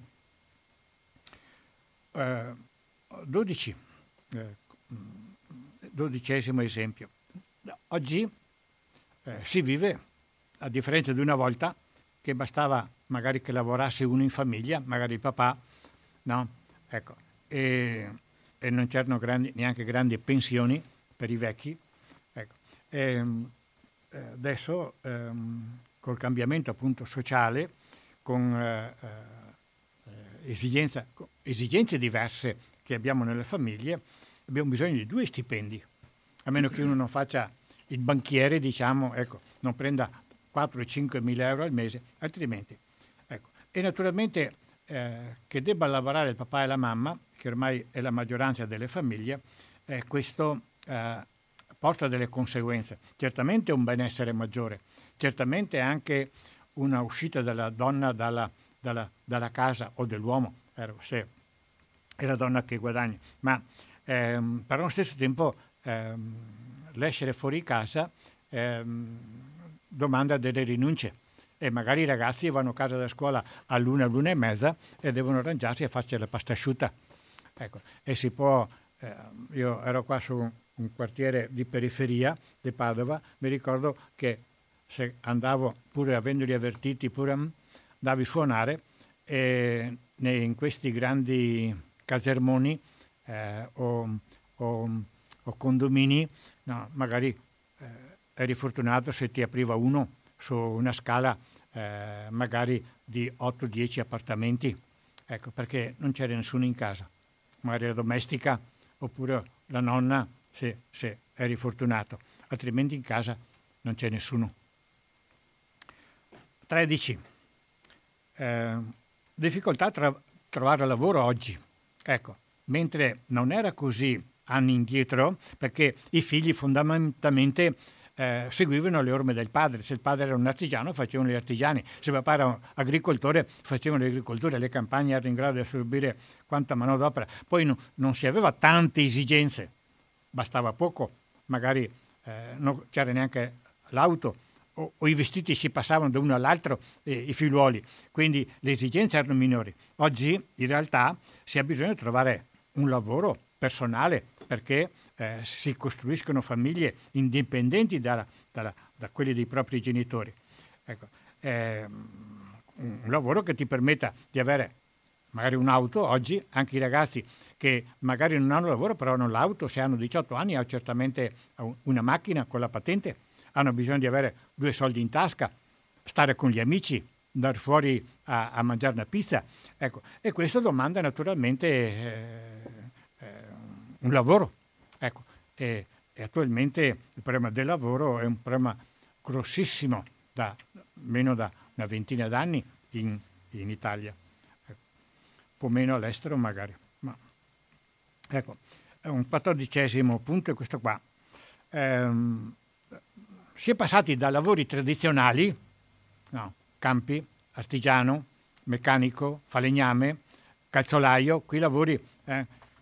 Eh, dodici, eh, dodicesimo esempio. Oggi eh, si vive, a differenza di una volta, che bastava magari che lavorasse uno in famiglia, magari il papà, no? Ecco, e, e non c'erano grandi, neanche grandi pensioni per i vecchi. Ecco. E, adesso, ehm, col cambiamento appunto sociale, con eh, esigenza, esigenze diverse che abbiamo nelle famiglie, abbiamo bisogno di due stipendi, a meno che uno non faccia il banchiere, diciamo, ecco, non prenda quattro o cinque mila euro al mese, altrimenti. Ecco. E naturalmente eh, che debba lavorare il papà e la mamma, che ormai è la maggioranza delle famiglie, eh, questo eh, porta delle conseguenze. Certamente un benessere maggiore, certamente anche una uscita della donna dalla, dalla, dalla casa o dell'uomo, eh, se è la donna che guadagna, ma ehm, per allo stesso tempo ehm, l'essere fuori casa ehm, domanda delle rinunce e magari i ragazzi vanno a casa da scuola all'una, all'una e mezza e devono arrangiarsi a farci la pasta asciutta. Ecco. E si può, eh, io ero qua su un quartiere di periferia di Padova, mi ricordo che se andavo, pur avendoli avvertiti, pure andavi a suonare e in questi grandi casermoni eh, o, o, o condomini, no, magari eh, eri fortunato se ti apriva uno su una scala eh, magari di otto dieci appartamenti, ecco, perché non c'era nessuno in casa, magari la domestica oppure la nonna se, se eri fortunato, altrimenti in casa non c'è nessuno. tredici. Eh, difficoltà a tra- trovare lavoro oggi, ecco, mentre non era così anni indietro, perché i figli fondamentalmente eh, seguivano le orme del padre. Se il padre era un artigiano facevano gli artigiani, se il papà era un agricoltore facevano l'agricoltura, le campagne erano in grado di assorbire quanta manodopera. Poi no, non si aveva tante esigenze, bastava poco, magari eh, non c'era neanche l'auto o, o i vestiti si passavano da uno all'altro, eh, i figliuoli, quindi le esigenze erano minori. Oggi in realtà si ha bisogno di trovare un lavoro personale perché eh, si costruiscono famiglie indipendenti dalla, dalla, da quelli dei propri genitori. Ecco, eh, un lavoro che ti permetta di avere magari un'auto. Oggi anche i ragazzi che magari non hanno lavoro però hanno l'auto, se hanno diciotto anni hanno certamente una macchina con la patente, hanno bisogno di avere due soldi in tasca, stare con gli amici, andare fuori a, a mangiare una pizza, ecco. E questo domanda naturalmente eh, eh, un lavoro, ecco. E, e attualmente il problema del lavoro è un problema grossissimo da meno da una ventina d'anni in, in Italia, ecco. Un po' meno all'estero magari, ma ecco. Un quattordicesimo punto è questo qua. Ehm, si è passati da lavori tradizionali, no, campi, artigiano, meccanico, falegname, calzolaio, quei lavori eh,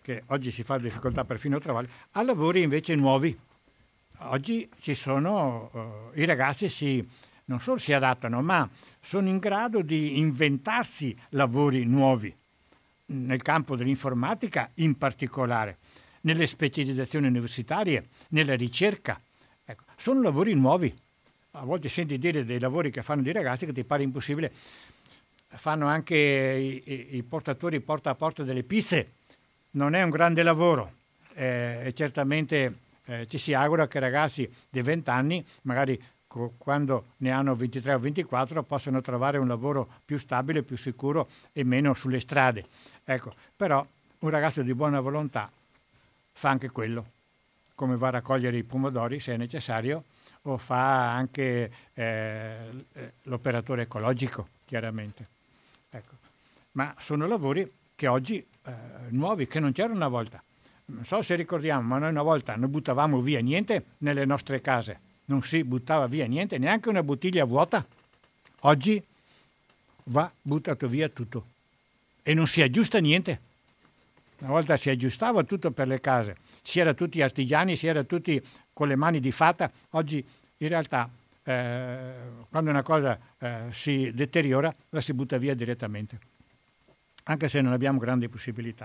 che oggi si fa difficoltà perfino a trovare, a lavori invece nuovi. Oggi ci sono, uh, i ragazzi si, non solo si adattano, ma sono in grado di inventarsi lavori nuovi, nel campo dell'informatica in particolare, nelle specializzazioni universitarie, nella ricerca. Ecco, sono lavori nuovi. A volte senti dire dei lavori che fanno dei ragazzi che ti pare impossibile. Fanno anche i, i, i portatori porta a porta delle pizze. Non è un grande lavoro, eh, e certamente eh, ci si augura che ragazzi di venti anni, magari co- quando ne hanno ventitré o ventiquattro, possano trovare un lavoro più stabile, più sicuro e meno sulle strade. Ecco, però un ragazzo di buona volontà fa anche quello, come va a raccogliere i pomodori se è necessario, o fa anche eh, l'operatore ecologico, chiaramente. Ecco. Ma sono lavori che oggi eh, nuovi, che non c'erano una volta. Non so se ricordiamo, ma noi una volta non buttavamo via niente nelle nostre case, non si buttava via niente, neanche una bottiglia vuota. Oggi va buttato via tutto e non si aggiusta niente. Una volta si aggiustava tutto per le case, si era tutti artigiani, si era tutti con le mani di fata. Oggi in realtà eh, quando una cosa eh, si deteriora la si butta via direttamente, anche se non abbiamo grandi possibilità.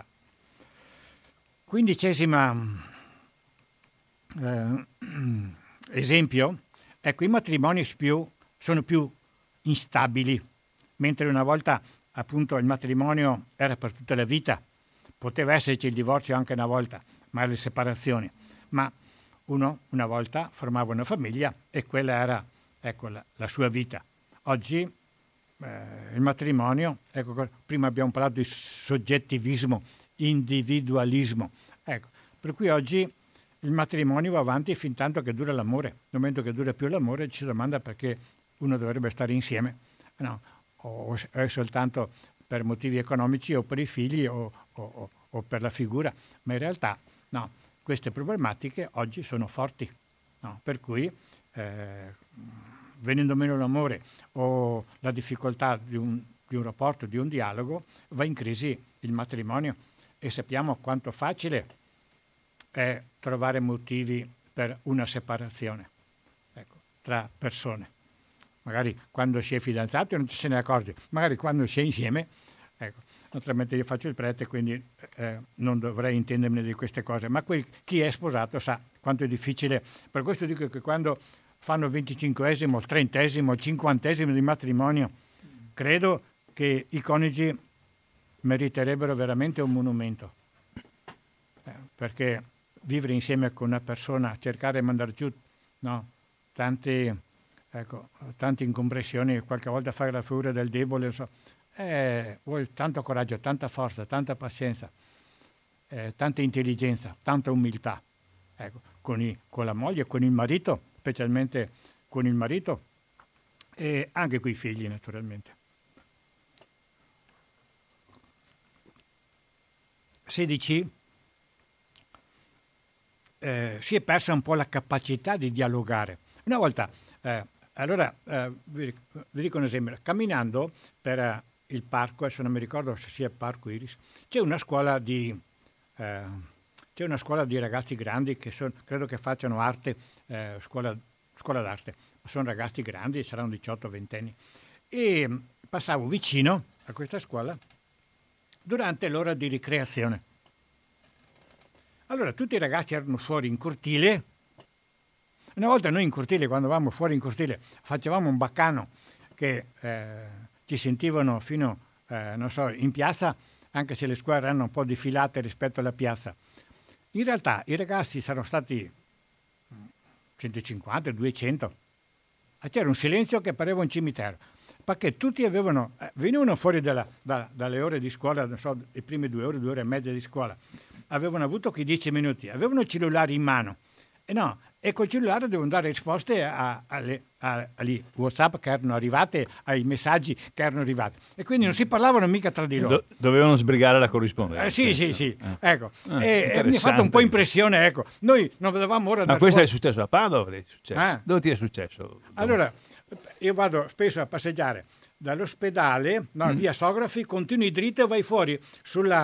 Quindicesima eh, esempio, ecco, i matrimoni più, sono più instabili, mentre una volta appunto il matrimonio era per tutta la vita, poteva esserci il divorzio anche una volta, ma le separazioni, ma uno una volta formava una famiglia e quella era, ecco, la, la sua vita. Oggi eh, il matrimonio, ecco, prima abbiamo parlato di soggettivismo, individualismo, ecco, per cui oggi il matrimonio va avanti fin tanto che dura l'amore. Nel momento che dura più l'amore ci si domanda perché uno dovrebbe stare insieme, no, o è soltanto per motivi economici o per i figli o, o, o per la figura, ma in realtà no, queste problematiche oggi sono forti, no? Per cui eh, venendo meno l'amore o la difficoltà di un, di un rapporto, di un dialogo, va in crisi il matrimonio e sappiamo quanto facile è trovare motivi per una separazione, ecco, tra persone. Magari quando si è fidanzati non ci se ne accorge, magari quando si è insieme, ecco. Naturalmente io faccio il prete, quindi eh, non dovrei intendermi di queste cose, ma quel, chi è sposato sa quanto è difficile. Per questo dico che quando fanno il venticinquesimo, il trentesimo, il cinquantesimo di matrimonio, credo che i coniugi meriterebbero veramente un monumento, eh, perché vivere insieme con una persona, cercare di mandare giù, no, tanti, ecco, tante incompressioni, qualche volta fare la figura del debole, so, eh, vuoi tanto coraggio, tanta forza, tanta pazienza, eh, tanta intelligenza, tanta umiltà, ecco, con, i, con la moglie, con il marito, specialmente con il marito e anche con i figli, naturalmente. sedici. Eh, si è persa un po' la capacità di dialogare. Una volta, eh, allora eh, vi, vi dico un esempio, camminando per eh, il parco, adesso non mi ricordo se sia il Parco Iris, c'è una scuola di eh, c'è una scuola di ragazzi grandi che son, credo che facciano arte, eh, scuola, scuola d'arte, sono ragazzi grandi, saranno diciotto venti anni, e passavo vicino a questa scuola durante l'ora di ricreazione. Allora tutti i ragazzi erano fuori in cortile. Una volta noi in cortile, quando eravamo fuori in cortile, facevamo un baccano che eh, ci sentivano fino, eh, non so, in piazza, anche se le scuole erano un po' defilate rispetto alla piazza. In realtà i ragazzi saranno stati centocinquanta, duecento. C'era un silenzio che pareva un cimitero, perché tutti avevano, eh, venivano fuori dalla, da, dalle ore di scuola, non so, le prime due ore, due ore e mezza di scuola, avevano avuto quei dieci minuti, avevano il cellulare in mano, e no, e col cellulare devono dare risposte a, alle, a, agli WhatsApp che erano arrivate, ai messaggi che erano arrivati, e quindi non si parlavano mica tra di loro. Do, dovevano sbrigare la corrispondenza. Eh, sì, sì, sì, eh. ecco, ah, e, e mi ha fatto un po' impressione, ecco, noi non vedevamo ora... Ma questo fuori. È successo a Padova? È successo? Ah. Dove ti è successo? Allora, io vado spesso a passeggiare dall'ospedale, no, mm. via Sografi, continui dritto e vai fuori sulla...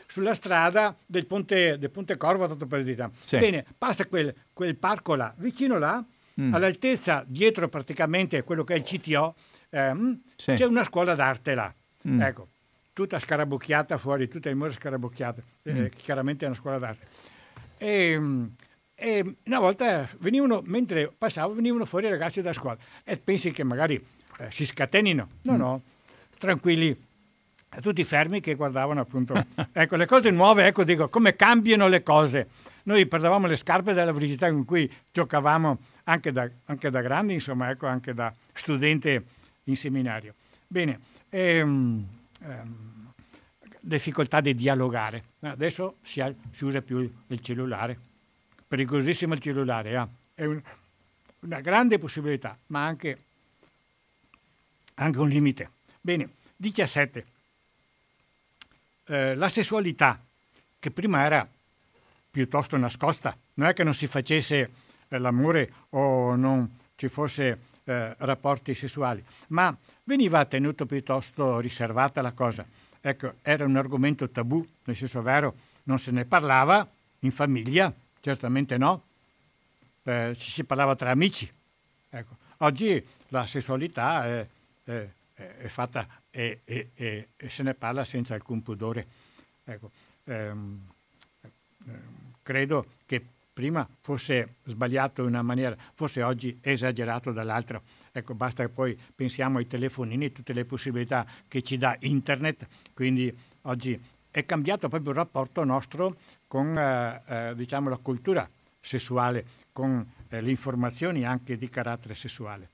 sulla strada del Ponte, del Ponte Corvo, tanto per dire. Sì. Bene, passa quel, quel parco là, vicino là, mm. all'altezza, dietro praticamente quello che è il C T O, ehm, sì. c'è una scuola d'arte là. Mm. Ecco, tutta scarabocchiata fuori, tutte le mura scarabocchiate, mm. eh, chiaramente è una scuola d'arte. E, e una volta venivano, mentre passavo, venivano fuori i ragazzi da scuola e pensi che magari eh, si scatenino. No, mm. no, tranquilli, tutti fermi che guardavano appunto. Ecco, le cose nuove, ecco, dico, come cambiano le cose. Noi perdevamo le scarpe dalla velocità con cui giocavamo anche da, anche da grandi, insomma, ecco, anche da studente in seminario. Bene, ehm, ehm, difficoltà di dialogare. Adesso si, ha, si usa più il cellulare. Pericolosissimo il cellulare, eh? È un, una grande possibilità, ma anche, anche un limite. Bene, diciassette. Eh, la sessualità, che prima era piuttosto nascosta, non è che non si facesse eh, l'amore o non ci fosse eh, rapporti sessuali, ma veniva tenuto piuttosto riservata la cosa. Ecco, era un argomento tabù, nel senso vero, non se ne parlava in famiglia, certamente no, eh, ci si parlava tra amici. Ecco, oggi la sessualità è, è, è fatta e, e, e, e se ne parla senza alcun pudore. Ecco, ehm, ehm, credo che prima fosse sbagliato in una maniera, forse oggi esagerato dall'altra. Ecco, basta che poi pensiamo ai telefonini, tutte le possibilità che ci dà internet, quindi oggi è cambiato proprio il rapporto nostro con eh, eh, diciamo la cultura sessuale, con eh, le informazioni anche di carattere sessuale.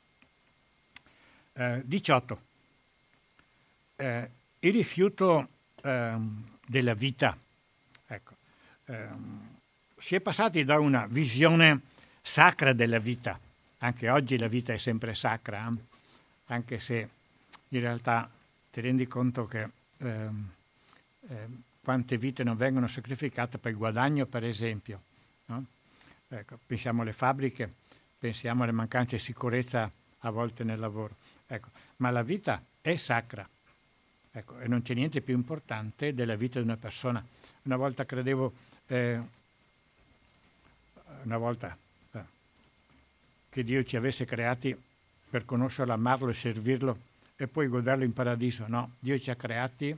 Eh, diciotto. Eh, il rifiuto ehm, della vita. Ecco, ehm, si è passati da una visione sacra della vita. Anche oggi la vita è sempre sacra, eh? Anche se in realtà ti rendi conto che ehm, eh, quante vite non vengono sacrificate per il guadagno, per esempio. No? Ecco, pensiamo alle fabbriche, pensiamo alle mancanze di sicurezza a volte nel lavoro. Ecco, ma la vita è sacra. Ecco, e non c'è niente più importante della vita di una persona. Una volta credevo, eh, una volta eh, che Dio ci avesse creati per conoscerlo, amarlo e servirlo e poi goderlo in paradiso. No, Dio ci ha creati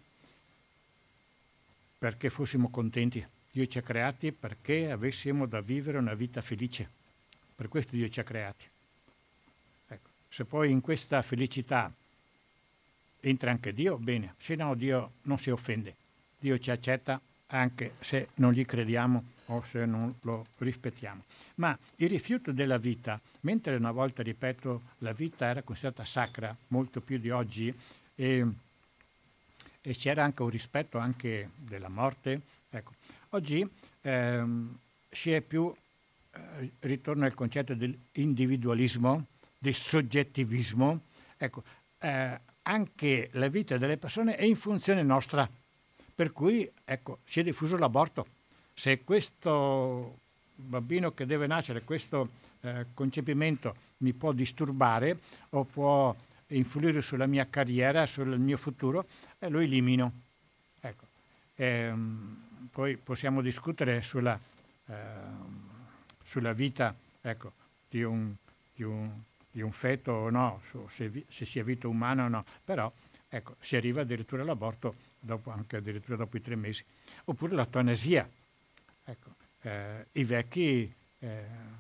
perché fossimo contenti. Dio ci ha creati perché avessimo da vivere una vita felice. Per questo Dio ci ha creati. Ecco, se poi in questa felicità entra anche Dio, bene, se no Dio non si offende. Dio ci accetta anche se non gli crediamo o se non lo rispettiamo. Ma il rifiuto della vita, mentre una volta, ripeto, la vita era considerata sacra, molto più di oggi, e, e c'era anche un rispetto anche della morte, ecco, oggi ehm, si è più, eh, ritorna al concetto dell'individualismo, del soggettivismo, ecco, eh, anche la vita delle persone è in funzione nostra, per cui ecco, si è diffuso l'aborto. Se questo bambino che deve nascere, questo eh, concepimento mi può disturbare o può influire sulla mia carriera, sul mio futuro, eh, lo elimino. Ecco. Ehm, poi possiamo discutere sulla, eh, sulla vita, ecco, di un, di un di un feto o no, se, se sia vita umana o no, però ecco, si arriva addirittura all'aborto dopo, anche addirittura dopo i tre mesi. Oppure l'eutanasia. Ecco, eh, i vecchi, eh,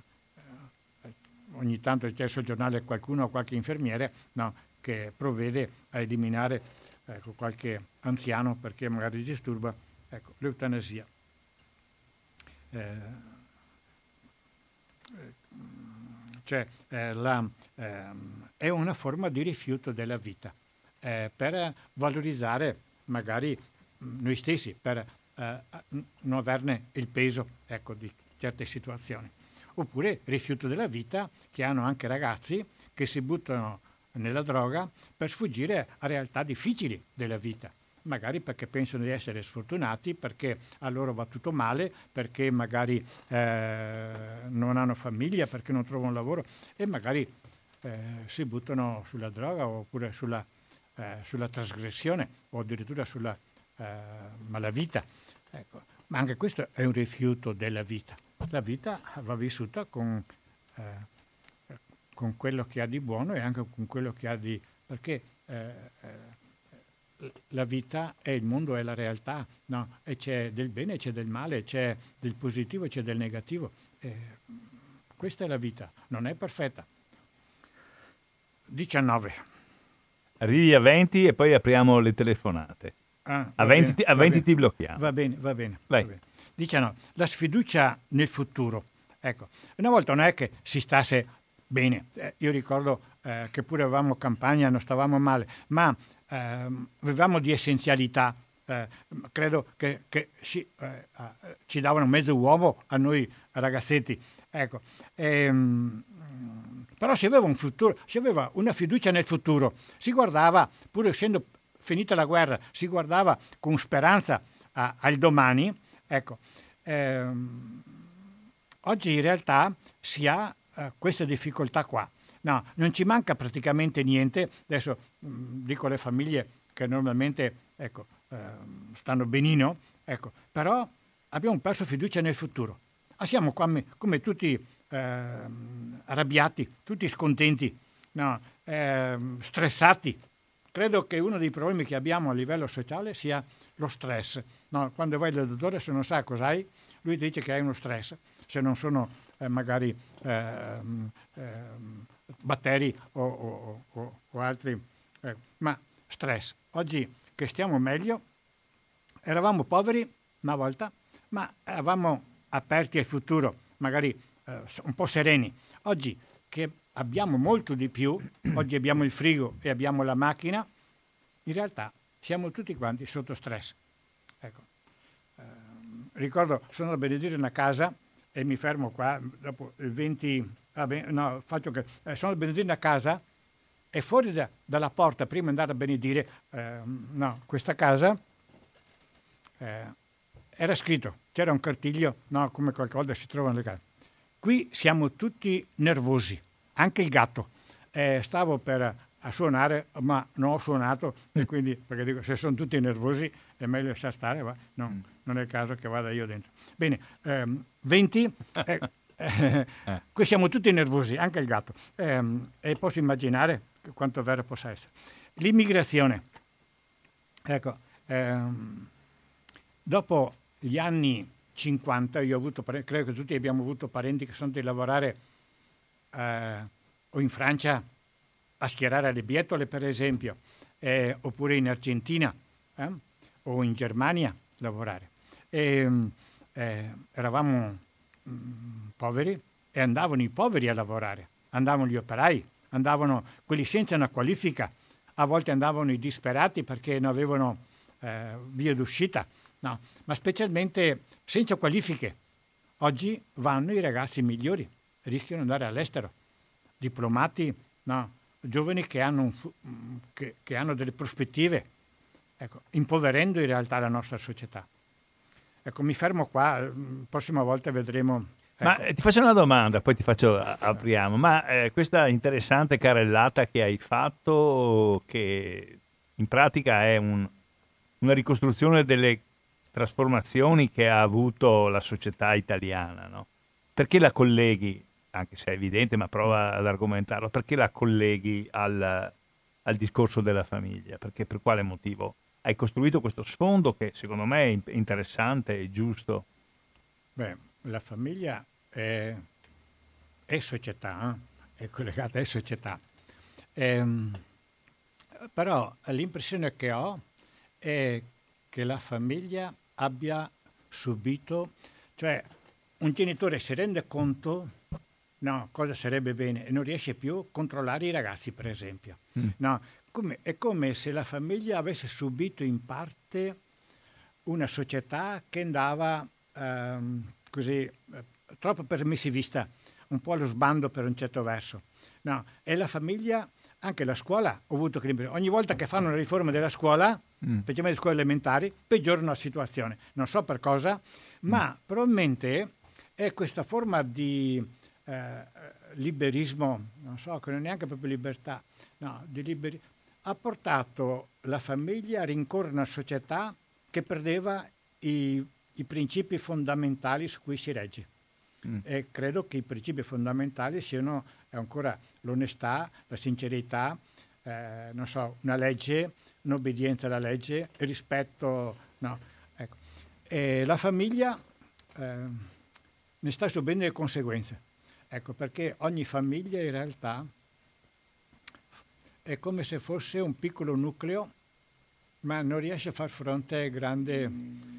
ogni tanto c'è sul giornale qualcuno o qualche infermiere no, che provvede a eliminare ecco, qualche anziano perché magari disturba, ecco, l'eutanasia. Eh, cioè eh, la, ehm, è una forma di rifiuto della vita eh, per valorizzare magari noi stessi, per eh, non averne il peso ecco, di certe situazioni. Oppure rifiuto della vita che hanno anche ragazzi che si buttano nella droga per sfuggire a realtà difficili della vita. Magari perché pensano di essere sfortunati, perché a loro va tutto male, perché magari eh, non hanno famiglia, perché non trovano lavoro e magari eh, si buttano sulla droga oppure sulla, eh, sulla trasgressione o addirittura sulla eh, ma la vita, ecco, ma anche questo è un rifiuto della vita. La vita va vissuta con, eh, con quello che ha di buono e anche con quello che ha di... perché eh, eh, la vita è il mondo, è la realtà, no? E c'è del bene, c'è del male, c'è del positivo, c'è del negativo. Eh, questa è la vita, non è perfetta. diciannove. Arrivi a venti e poi apriamo le telefonate. Ah, a venti, bene, a venti bene. ti blocchiamo. Va bene, va bene. Vai. Va bene. diciannove. La sfiducia nel futuro. Ecco, una volta non è che si stasse bene. Eh, io ricordo eh, che pure avevamo campagna, non stavamo male, ma ehm, avevamo di essenzialità. Eh, credo che, che si, eh, eh, ci davano mezzo uovo a noi ragazzetti. Ecco. Ehm, però si aveva un futuro, si aveva una fiducia nel futuro. Si guardava, pur essendo finita la guerra, si guardava con speranza a, al domani. Ecco, ehm, oggi in realtà si ha eh, questa difficoltà qua. No, non ci manca praticamente niente. Adesso mh, dico alle famiglie che normalmente ecco, eh, stanno benino, ecco, però abbiamo perso fiducia nel futuro. Ah, siamo come, come tutti eh, arrabbiati, tutti scontenti, no, eh, stressati. Credo che uno dei problemi che abbiamo a livello sociale sia lo stress. No, quando vai dal dottore, se non sa cos'hai, lui ti dice che hai uno stress, se non sono eh, magari eh, eh, batteri o, o, o, o altri, eh, ma stress. Oggi che stiamo meglio, eravamo poveri una volta, ma eravamo aperti al futuro, magari eh, un po' sereni. Oggi che abbiamo molto di più, oggi abbiamo il frigo e abbiamo la macchina, in realtà siamo tutti quanti sotto stress. Ecco. Eh, ricordo, sono a benedire una casa e mi fermo qua, dopo il venti, vabbè, no, faccio che, eh, sono a benedire una casa e fuori da, dalla porta, prima di andare a benedire, eh, no, questa casa, eh, era scritto, c'era un cartiglio, no, come qualche volta si trova nelle case. Qui siamo tutti nervosi, anche il gatto. Eh, stavo per a suonare, ma non ho suonato, mm. e quindi, perché dico, se sono tutti nervosi è meglio lasciar stare, va? No, mm. non è il caso che vada io dentro. Bene, ehm, venti, eh, eh, qui siamo tutti nervosi, anche il gatto. Eh, e posso immaginare quanto vero possa essere. L'immigrazione. Ecco, ehm, dopo gli anni cinquanta, io ho avuto, credo che tutti abbiamo avuto parenti che sono andati a lavorare eh, o in Francia a schierare le bietole, per esempio, eh, oppure in Argentina eh, o in Germania lavorare. E, eh, eravamo mh, poveri e andavano i poveri a lavorare, andavano gli operai, andavano quelli senza una qualifica, a volte andavano i disperati perché non avevano eh, via d'uscita, no, ma specialmente senza qualifiche. Oggi vanno i ragazzi migliori, rischiano di andare all'estero, diplomati, no, giovani che hanno, un, che, che hanno delle prospettive, ecco, impoverendo in realtà la nostra società. Ecco, mi fermo qua, la prossima volta vedremo. Ecco. Ma eh, ti faccio una domanda, poi ti faccio, apriamo, ma eh, questa interessante carrellata che hai fatto, che in pratica è un, una ricostruzione delle trasformazioni che ha avuto la società italiana, no? Perché la colleghi, anche se è evidente, ma prova ad argomentarlo, perché la colleghi al, al discorso della famiglia? Perché per quale motivo hai costruito questo sfondo che secondo me è interessante e giusto? Beh, la famiglia è, è società, eh? È collegata, è società. Ehm, però l'impressione che ho è che la famiglia abbia subito, cioè un genitore si rende conto, no, cosa sarebbe bene, e non riesce più a controllare i ragazzi, per esempio. Mm. No, come, è come se la famiglia avesse subito in parte una società che andava ehm, così eh, troppo permissivista, un po' allo sbando per un certo verso. No, e la famiglia, anche la scuola, ho avuto che ogni volta che fanno una riforma della scuola, mm. specialmente le scuole elementari, peggiorano la situazione. Non so per cosa, ma mm. probabilmente è questa forma di eh, liberismo, non so, che non è neanche proprio libertà, no, di liberi, ha portato la famiglia a rincorrere una società che perdeva i, i principi fondamentali su cui si regge. Mm. E credo che i principi fondamentali siano ancora l'onestà, la sincerità, eh, non so, una legge, un'obbedienza alla legge, il rispetto, no, ecco. E la famiglia eh, ne sta subendo le conseguenze, ecco, perché ogni famiglia in realtà è come se fosse un piccolo nucleo, ma non riesce a far fronte grande,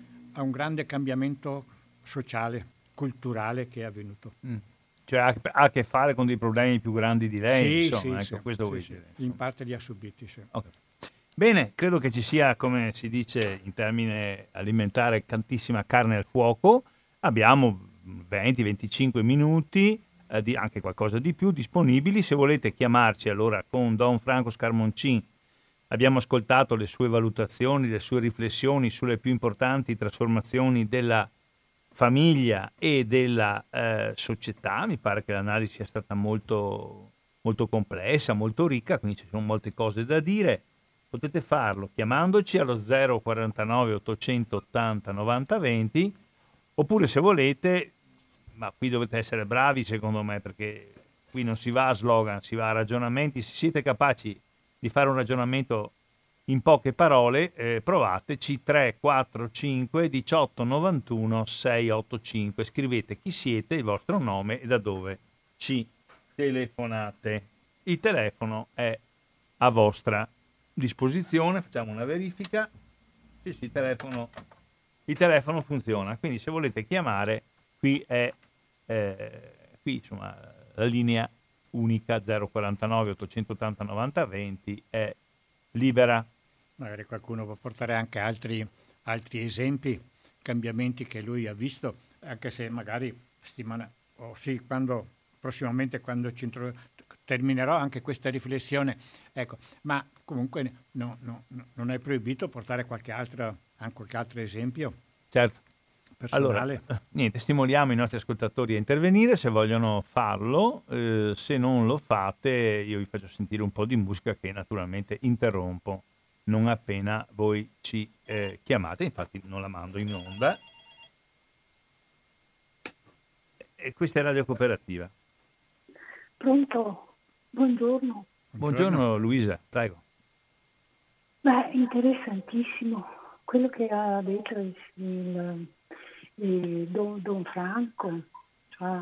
a un grande cambiamento sociale, culturale che è avvenuto. Mm. Cioè ha, ha a che fare con dei problemi più grandi di lei, sì, insomma, sì, ecco, sì, questo sì, vuoi sì. dire. In parte li ha subiti, sì. Okay. Bene, credo che ci sia, come si dice in termine alimentare, tantissima carne al fuoco. Abbiamo venti venticinque minuti, eh, di, anche qualcosa di più, disponibili. Se volete chiamarci allora con Don Franco Scarmoncin, abbiamo ascoltato le sue valutazioni, le sue riflessioni sulle più importanti trasformazioni della famiglia e della eh, società. Mi pare che l'analisi sia stata molto, molto complessa, molto ricca, quindi ci sono molte cose da dire. Potete farlo chiamandoci allo zero quarantanove ottocentottanta novanta venti, oppure se volete, ma qui dovete essere bravi secondo me, perché qui non si va a slogan, si va a ragionamenti. Se siete capaci di fare un ragionamento in poche parole, eh, provateci. Tre quattro cinque diciotto novantuno seicentoottantacinque, scrivete chi siete, il vostro nome e da dove ci telefonate. Il telefono è a vostra disposizione, facciamo una verifica. Sì, sì, il telefono, il telefono funziona, quindi se volete chiamare qui è eh, qui insomma la linea unica zero quarantanove ottocentottanta novanta venti è libera. Magari qualcuno può portare anche altri, altri esempi, cambiamenti che lui ha visto, anche se magari settimana o sì, quando prossimamente quando ci intro, terminerò anche questa riflessione, ecco, ma comunque no, no, no, non è proibito portare qualche altro, anche qualche altro esempio. Certo. Personale. Allora, niente, stimoliamo i nostri ascoltatori a intervenire se vogliono farlo. Eh, se non lo fate, io vi faccio sentire un po' di musica che naturalmente interrompo non appena voi ci eh, chiamate. Infatti non la mando in onda. E questa è Radio Cooperativa. Pronto? Buongiorno. Buongiorno, Buongiorno Luisa, prego. Beh, interessantissimo quello che ha detto il, il, il Don, Don Franco. Cioè,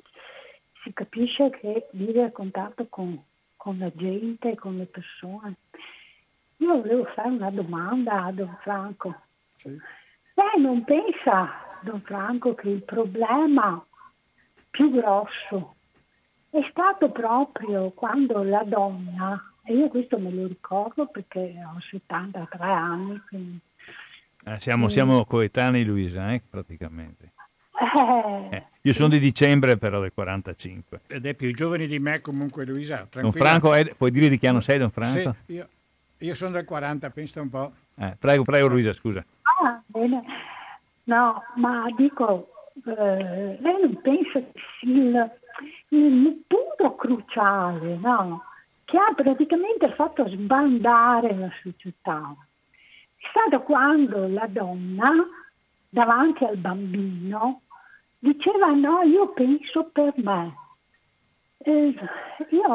si capisce che vive a contatto con, con la gente, con le persone. Io volevo fare una domanda a Don Franco. Sì. Lei non pensa, Don Franco, che il problema più grosso è stato proprio quando la donna, e io questo me lo ricordo perché ho settantatré anni, quindi... Eh, siamo, siamo coetanei, Luisa, eh, praticamente. Eh, eh, io sono di dicembre, però del quarantacinque. Ed è più giovane di me comunque, Luisa. Tranquilla. Don Franco, è, puoi dire di che anno sei, Don Franco? Sì, io, io sono del quaranta, pensa un po'. Eh, prego, prego Luisa, scusa. Ah, bene. No, ma dico, eh, lei non pensa che il, il punto cruciale, no, che ha praticamente fatto sbandare la società è stato quando la donna davanti al bambino diceva no, io penso per me. Eh, io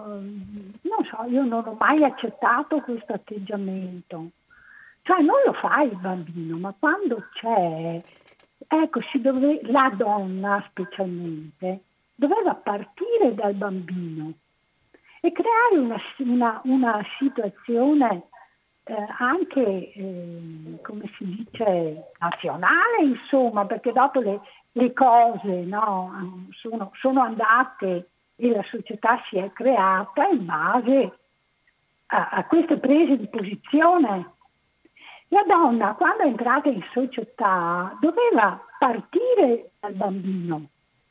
non so, io non ho mai accettato questo atteggiamento. Cioè non lo fa il bambino, ma quando c'è, ecco, si dove, la donna specialmente, doveva partire dal bambino e creare una, una, una situazione eh, anche, eh, come si dice, nazionale, insomma, perché dopo le, le cose no, sono, sono andate e la società si è creata in base a, a queste prese di posizione. La donna, quando è entrata in società, doveva partire dal bambino.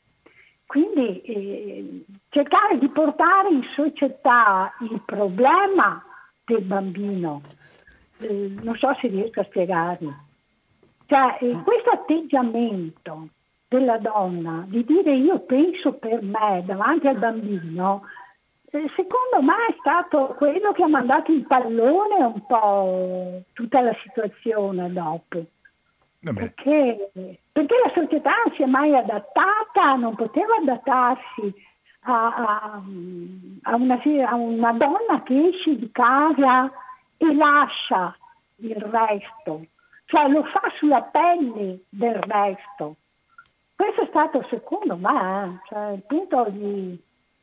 Quindi eh, cercare di portare in società il problema del bambino. Eh, non so se riesco a spiegarmi. Cioè, eh, questo atteggiamento della donna di dire io penso per me davanti al bambino eh, secondo me è stato quello che ha mandato in pallone un po' tutta la situazione dopo. Perché, perché la società non si è mai adattata, non poteva adattarsi a, a, a, una, a una donna che esce di casa e lascia il resto, cioè lo fa sulla pelle del resto. Questo è stato, secondo me, cioè, il punto di,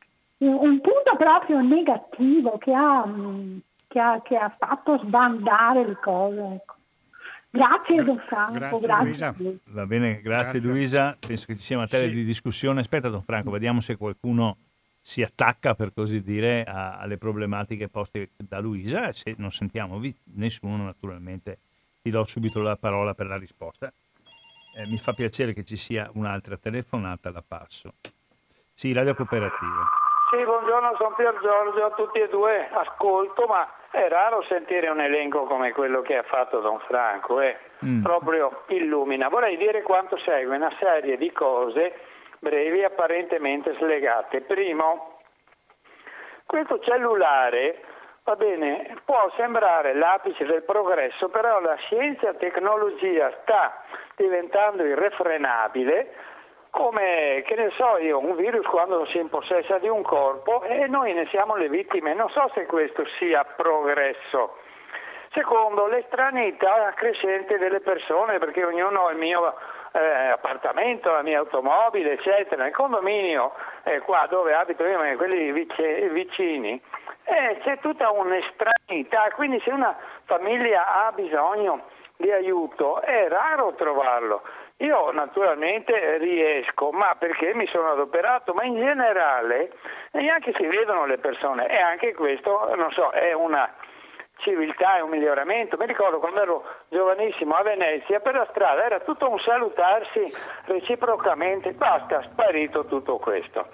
un punto proprio negativo che ha, che ha, che ha fatto sbandare le cose, ecco. Grazie Don Franco, grazie, grazie. Luisa. Va bene, grazie, grazie Luisa. Penso che ci sia materia sì. di discussione. Aspetta Don Franco, vediamo se qualcuno si attacca, per così dire, a, alle problematiche poste da Luisa. Se non sentiamo vi- nessuno, naturalmente ti do subito la parola per la risposta. Eh, mi fa piacere che ci sia un'altra telefonata, la passo. Sì, Radio Cooperativa. Sì, buongiorno, sono Pier Giorgio, a tutti e due ascolto, ma è raro sentire un elenco come quello che ha fatto Don Franco, eh. mm. proprio illumina. Vorrei dire quanto segue, una serie di cose brevi apparentemente slegate. Primo, questo cellulare, va bene, può sembrare l'apice del progresso, però la scienza e la tecnologia sta diventando irrefrenabile, come, che ne so io, un virus quando si impossessa di un corpo e noi ne siamo le vittime. Non so se questo sia progresso. Secondo, l'estraneità crescente delle persone, perché ognuno ha il mio eh, appartamento, la mia automobile, eccetera. Nel condominio, eh, qua dove abito io, quelli vic- vicini, eh, c'è tutta un'estraneità, quindi se una famiglia ha bisogno di aiuto è raro trovarlo. Io naturalmente riesco, ma perché mi sono adoperato, ma in generale neanche si vedono le persone e anche questo, non so, è una civiltà, è un miglioramento. Mi ricordo quando ero giovanissimo a Venezia, per la strada era tutto un salutarsi reciprocamente, basta, sparito tutto questo.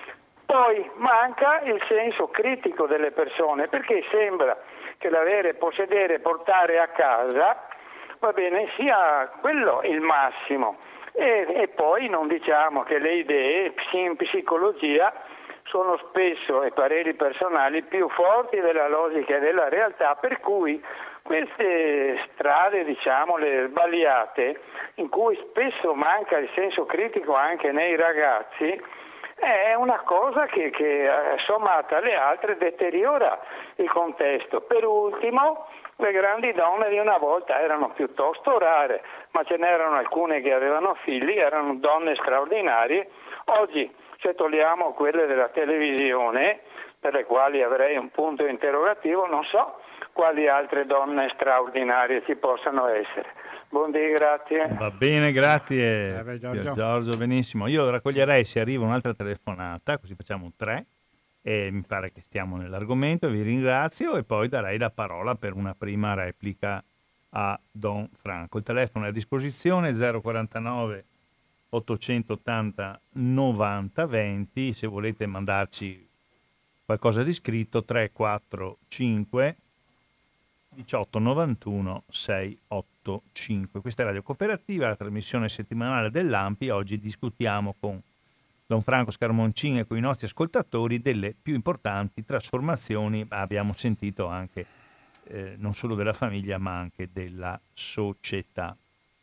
Poi manca il senso critico delle persone, perché sembra che l'avere, possedere, portare a casa, va bene, sia quello il massimo. E, e poi non diciamo che le idee in psicologia sono spesso, e pareri personali, più forti della logica e della realtà, per cui queste strade, diciamo, le sbagliate, in cui spesso manca il senso critico anche nei ragazzi, è una cosa che, che sommata alle altre deteriora il contesto. Per ultimo, le grandi donne di una volta erano piuttosto rare, ma ce n'erano alcune che avevano figli, erano donne straordinarie. Oggi, se togliamo quelle della televisione, per le quali avrei un punto interrogativo, non so quali altre donne straordinarie ci possano essere. Buondì, grazie. Va bene, grazie. Eh, Giorgio. Giorgio, benissimo. Io raccoglierei se arriva un'altra telefonata, così facciamo tre. E mi pare che stiamo nell'argomento, vi ringrazio e poi darei la parola per una prima replica a Don Franco. Il telefono è a disposizione zero quarantanove ottocentottanta novanta venti, se volete mandarci qualcosa di scritto tre quattro cinque diciotto novantuno seicentoottantacinque. Questa è Radio Cooperativa, la trasmissione settimanale dell'A M P I. Oggi discutiamo con Don Franco Scarmoncin e con i nostri ascoltatori delle più importanti trasformazioni, abbiamo sentito anche eh, non solo della famiglia ma anche della società.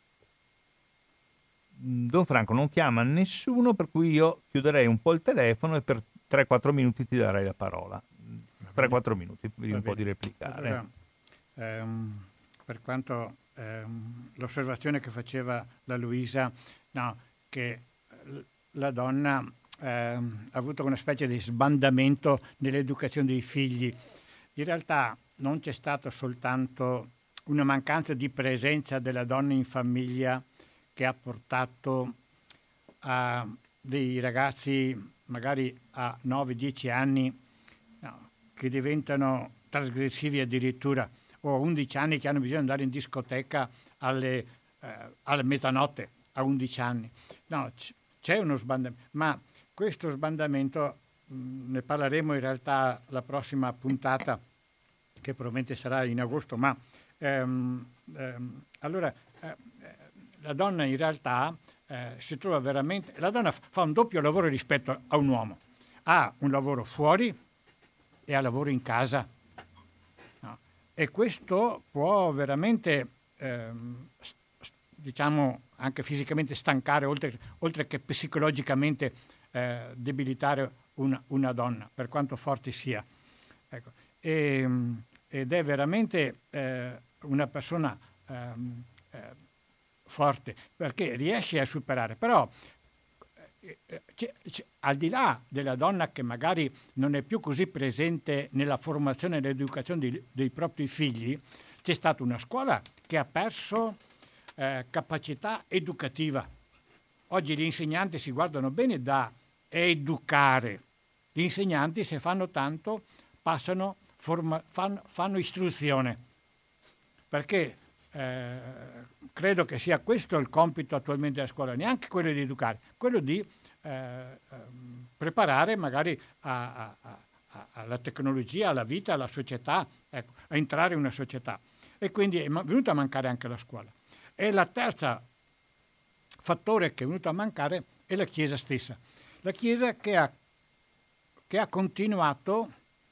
Don Franco non chiama nessuno, per cui io chiuderei un po' il telefono e per tre quattro minuti ti darei la parola. tre quattro minuti, vedi un po' di replicare. Allora, ehm, per quanto ehm, l'osservazione che faceva la Luisa, no, che la donna eh, ha avuto una specie di sbandamento nell'educazione dei figli. In realtà non c'è stato soltanto una mancanza di presenza della donna in famiglia che ha portato a dei ragazzi magari a nove dieci anni, no, che diventano trasgressivi addirittura, o a undici anni che hanno bisogno di andare in discoteca alle, eh, alle mezzanotte a undici anni. No, c- c'è uno sbandamento, ma questo sbandamento mh, ne parleremo in realtà la prossima puntata, che probabilmente sarà in agosto, ma ehm, ehm, allora eh, la donna in realtà eh, si trova veramente, la donna fa un doppio lavoro rispetto a un uomo. Ha un lavoro fuori e a lavoro in casa. No? E questo può veramente, ehm, diciamo, anche fisicamente stancare, oltre, oltre che psicologicamente eh, debilitare una, una donna, per quanto forte sia. Ecco. E, ed è veramente eh, una persona ehm, eh, forte, perché riesce a superare. Però eh, c'è, c'è, al di là della donna che magari non è più così presente nella formazione e nell'educazione dei, dei propri figli, c'è stata una scuola che ha perso eh, capacità educativa. Oggi gli insegnanti si guardano bene da educare. Gli insegnanti, se fanno tanto, passano, forma, fanno, fanno istruzione, perché eh, credo che sia questo il compito attualmente della scuola, neanche quello di educare, quello di eh, preparare magari a, a, a, alla tecnologia, alla vita, alla società, ecco, a entrare in una società. E quindi è venuta a mancare anche la scuola. E la terza fattore che è venuto a mancare è la Chiesa stessa. La Chiesa che ha, che ha continuato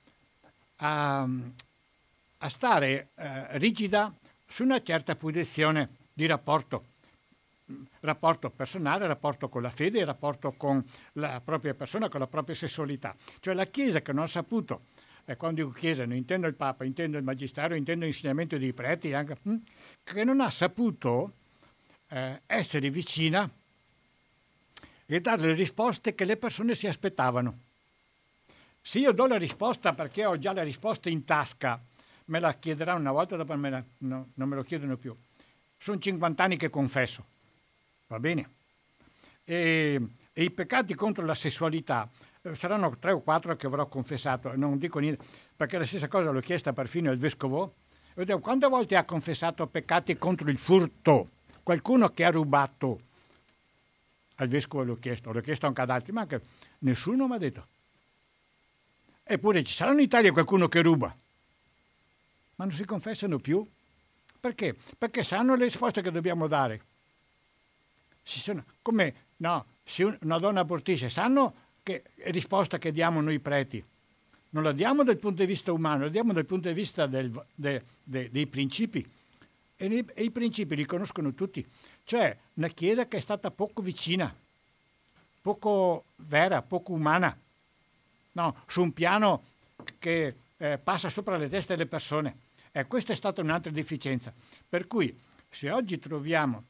a, a stare eh, rigida su una certa posizione di rapporto, rapporto personale, rapporto con la fede, rapporto con la propria persona, con la propria sessualità. Cioè la Chiesa che non ha saputo, e quando dico Chiesa non intendo il Papa, intendo il Magistero, intendo l'insegnamento dei preti, anche, che non ha saputo eh, essere vicina e dare le risposte che le persone si aspettavano. Se io do la risposta perché ho già la risposta in tasca, me la chiederà una volta, dopo me la, no, non me lo chiedono più. Sono cinquanta anni che confesso, va bene? E, e i peccati contro la sessualità eh, saranno tre o quattro che avrò confessato, non dico niente, perché la stessa cosa l'ho chiesta perfino al vescovo. E detto, quante volte ha confessato peccati contro il furto? Qualcuno che ha rubato? Al vescovo l'ho chiesto, l'ho chiesto anche ad altri, ma anche nessuno mi ha detto. Eppure ci sarà in Italia qualcuno che ruba, ma non si confessano più. Perché? Perché sanno le risposte che dobbiamo dare. Si sono, come no, se una donna abortisce, sanno che risposta che diamo noi preti. Non la diamo dal punto di vista umano, la diamo dal punto di vista del, de, de, dei principi. E, ne, e i principi li conoscono tutti. Cioè una Chiesa che è stata poco vicina, poco vera, poco umana. No, su un piano che eh, passa sopra le teste delle persone. E eh, questa è stata un'altra deficienza. Per cui se oggi troviamo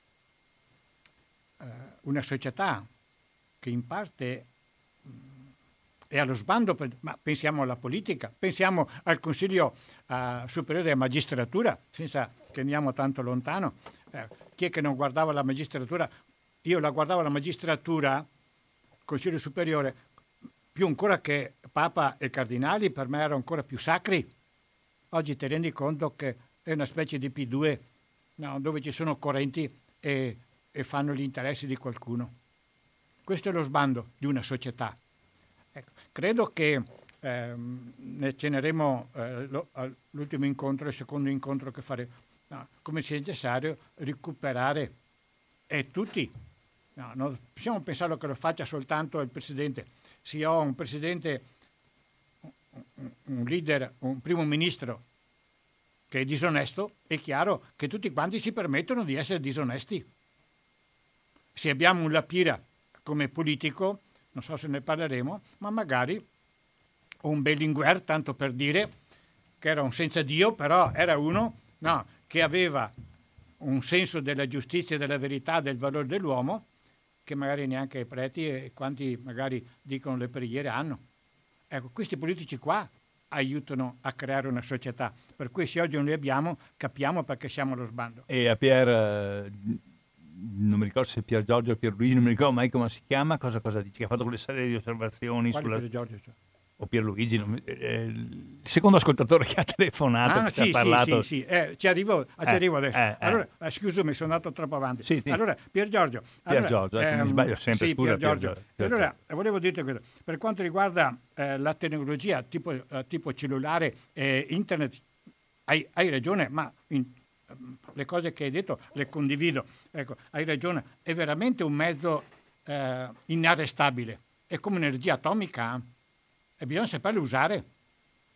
eh, una società che in parte mh, è allo sbando, per, ma pensiamo alla politica, pensiamo al Consiglio eh, Superiore della Magistratura, senza che andiamo tanto lontano. Eh, chi è che non guardava la magistratura? Io la guardavo la magistratura, Consiglio Superiore, più ancora che Papa e Cardinali, per me erano ancora più sacri. Oggi ti rendi conto che è una specie di P due, no, dove ci sono correnti e, e fanno gli interessi di qualcuno. Questo è lo sbando di una società. Ecco, credo che ehm, ne ceneremo eh, lo, l'ultimo incontro, il secondo incontro che faremo, no, come sia necessario recuperare, e tutti, no, non possiamo pensare che lo faccia soltanto il Presidente. Se ho un Presidente, un leader, un primo ministro che è disonesto, è chiaro che tutti quanti si permettono di essere disonesti. Se abbiamo un La Pira come politico, non so se ne parleremo, ma magari un Berlinguer, tanto per dire, che era un senza Dio, però era uno no, che aveva un senso della giustizia, della verità, del valore dell'uomo, che magari neanche i preti e quanti magari dicono le preghiere hanno. Ecco, questi politici qua aiutano a creare una società, per cui se oggi non li abbiamo capiamo perché siamo allo sbando. E a Pier, eh, non mi ricordo se Pier Giorgio o Pier Luigi, non mi ricordo mai come si chiama, cosa, cosa dice, che ha fatto quelle serie di osservazioni. Quale sulla... Pier Giorgio? Cioè? O Pierluigi, non, eh, il secondo ascoltatore che ha telefonato, ah, che sì, ha sì, parlato. Sì, sì, eh, ci arrivo, ci eh, arrivo adesso. Eh, allora, eh. scusami, sono andato troppo avanti. Sì, sì. Allora, Pier Giorgio. Pier allora, Giorgio, ecco, ehm, mi sbaglio sempre, sì, scusa. Pier Giorgio. Pier Giorgio. Allora, volevo dirti questo. Per quanto riguarda eh, la tecnologia tipo, eh, tipo cellulare e internet, hai, hai ragione, ma in, le cose che hai detto le condivido. Ecco, hai ragione, è veramente un mezzo eh, inarrestabile. È come un'energia atomica e bisogna saperlo usare.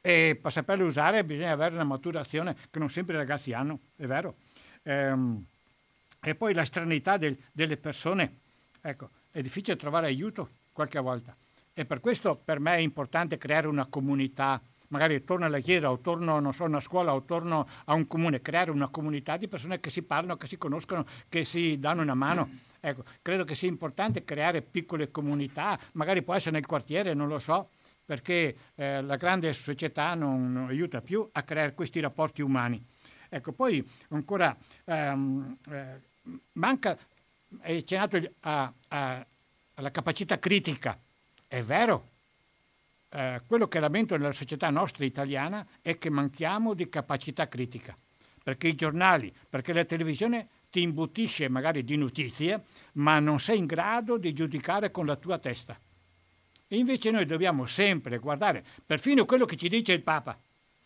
e per saperle usare bisogna avere una maturazione che non sempre i ragazzi hanno, è vero. Ehm, e poi la stranità del, delle persone, ecco, è difficile trovare aiuto qualche volta, e per questo per me è importante creare una comunità, magari torno alla chiesa o torno, non so, a una scuola o torno a un comune, creare una comunità di persone che si parlano, che si conoscono, che si danno una mano. Ecco, credo che sia importante creare piccole comunità, magari può essere nel quartiere, non lo so, perché eh, la grande società non, non aiuta più a creare questi rapporti umani. Ecco, poi ancora ehm, eh, manca, hai accennato a, a, alla capacità critica, è vero. Eh, quello che lamento nella società nostra italiana è che manchiamo di capacità critica, perché i giornali, perché la televisione ti imbuttisce magari di notizie, ma non sei in grado di giudicare con la tua testa. E invece noi dobbiamo sempre guardare perfino quello che ci dice il Papa,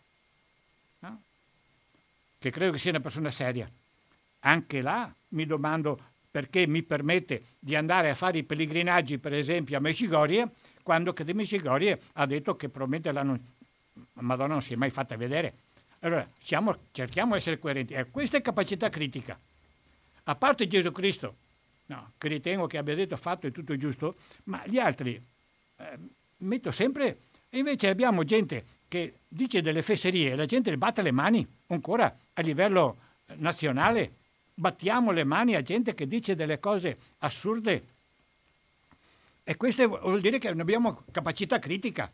no? Che credo che sia una persona seria. Anche là mi domando perché mi permette di andare a fare i pellegrinaggi, per esempio, a Medjugorje, quando che di Medjugorje ha detto che probabilmente l'hanno, Madonna non si è mai fatta vedere. Allora, siamo, cerchiamo di essere coerenti. E questa è capacità critica. A parte Gesù Cristo, no, che ritengo che abbia detto fatto è tutto giusto, ma gli altri eh, metto sempre, e invece abbiamo gente che dice delle fesserie e la gente le batte le mani ancora a livello nazionale. Battiamo le mani a gente che dice delle cose assurde, e questo vuol dire che non abbiamo capacità critica.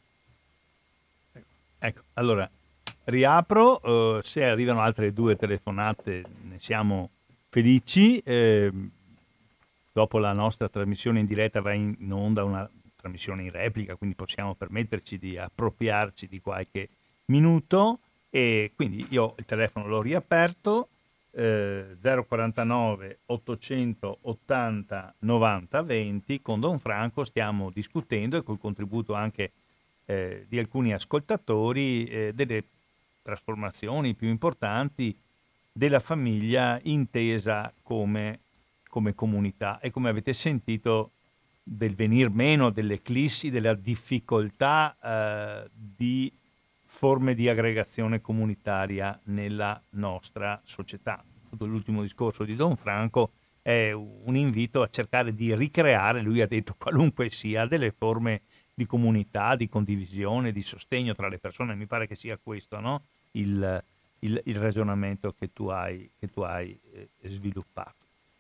Ecco, allora riapro, uh, se arrivano altre due telefonate ne siamo felici. Eh, dopo la nostra trasmissione in diretta va in onda una trasmissione in replica, quindi possiamo permetterci di appropriarci di qualche minuto, e quindi io il telefono l'ho riaperto, eh, zero quarantanove ottocentottanta novanta venti. Con Don Franco stiamo discutendo, e col contributo anche eh, di alcuni ascoltatori, eh, delle trasformazioni più importanti della famiglia intesa come, come comunità, e come avete sentito del venir meno, dell'eclissi, della difficoltà eh, di forme di aggregazione comunitaria nella nostra società. Tutto l'ultimo discorso di Don Franco è un invito a cercare di ricreare, lui ha detto, qualunque sia, delle forme di comunità, di condivisione, di sostegno tra le persone. Mi pare che sia questo, no? il, il, il ragionamento che tu hai, che tu hai eh, sviluppato.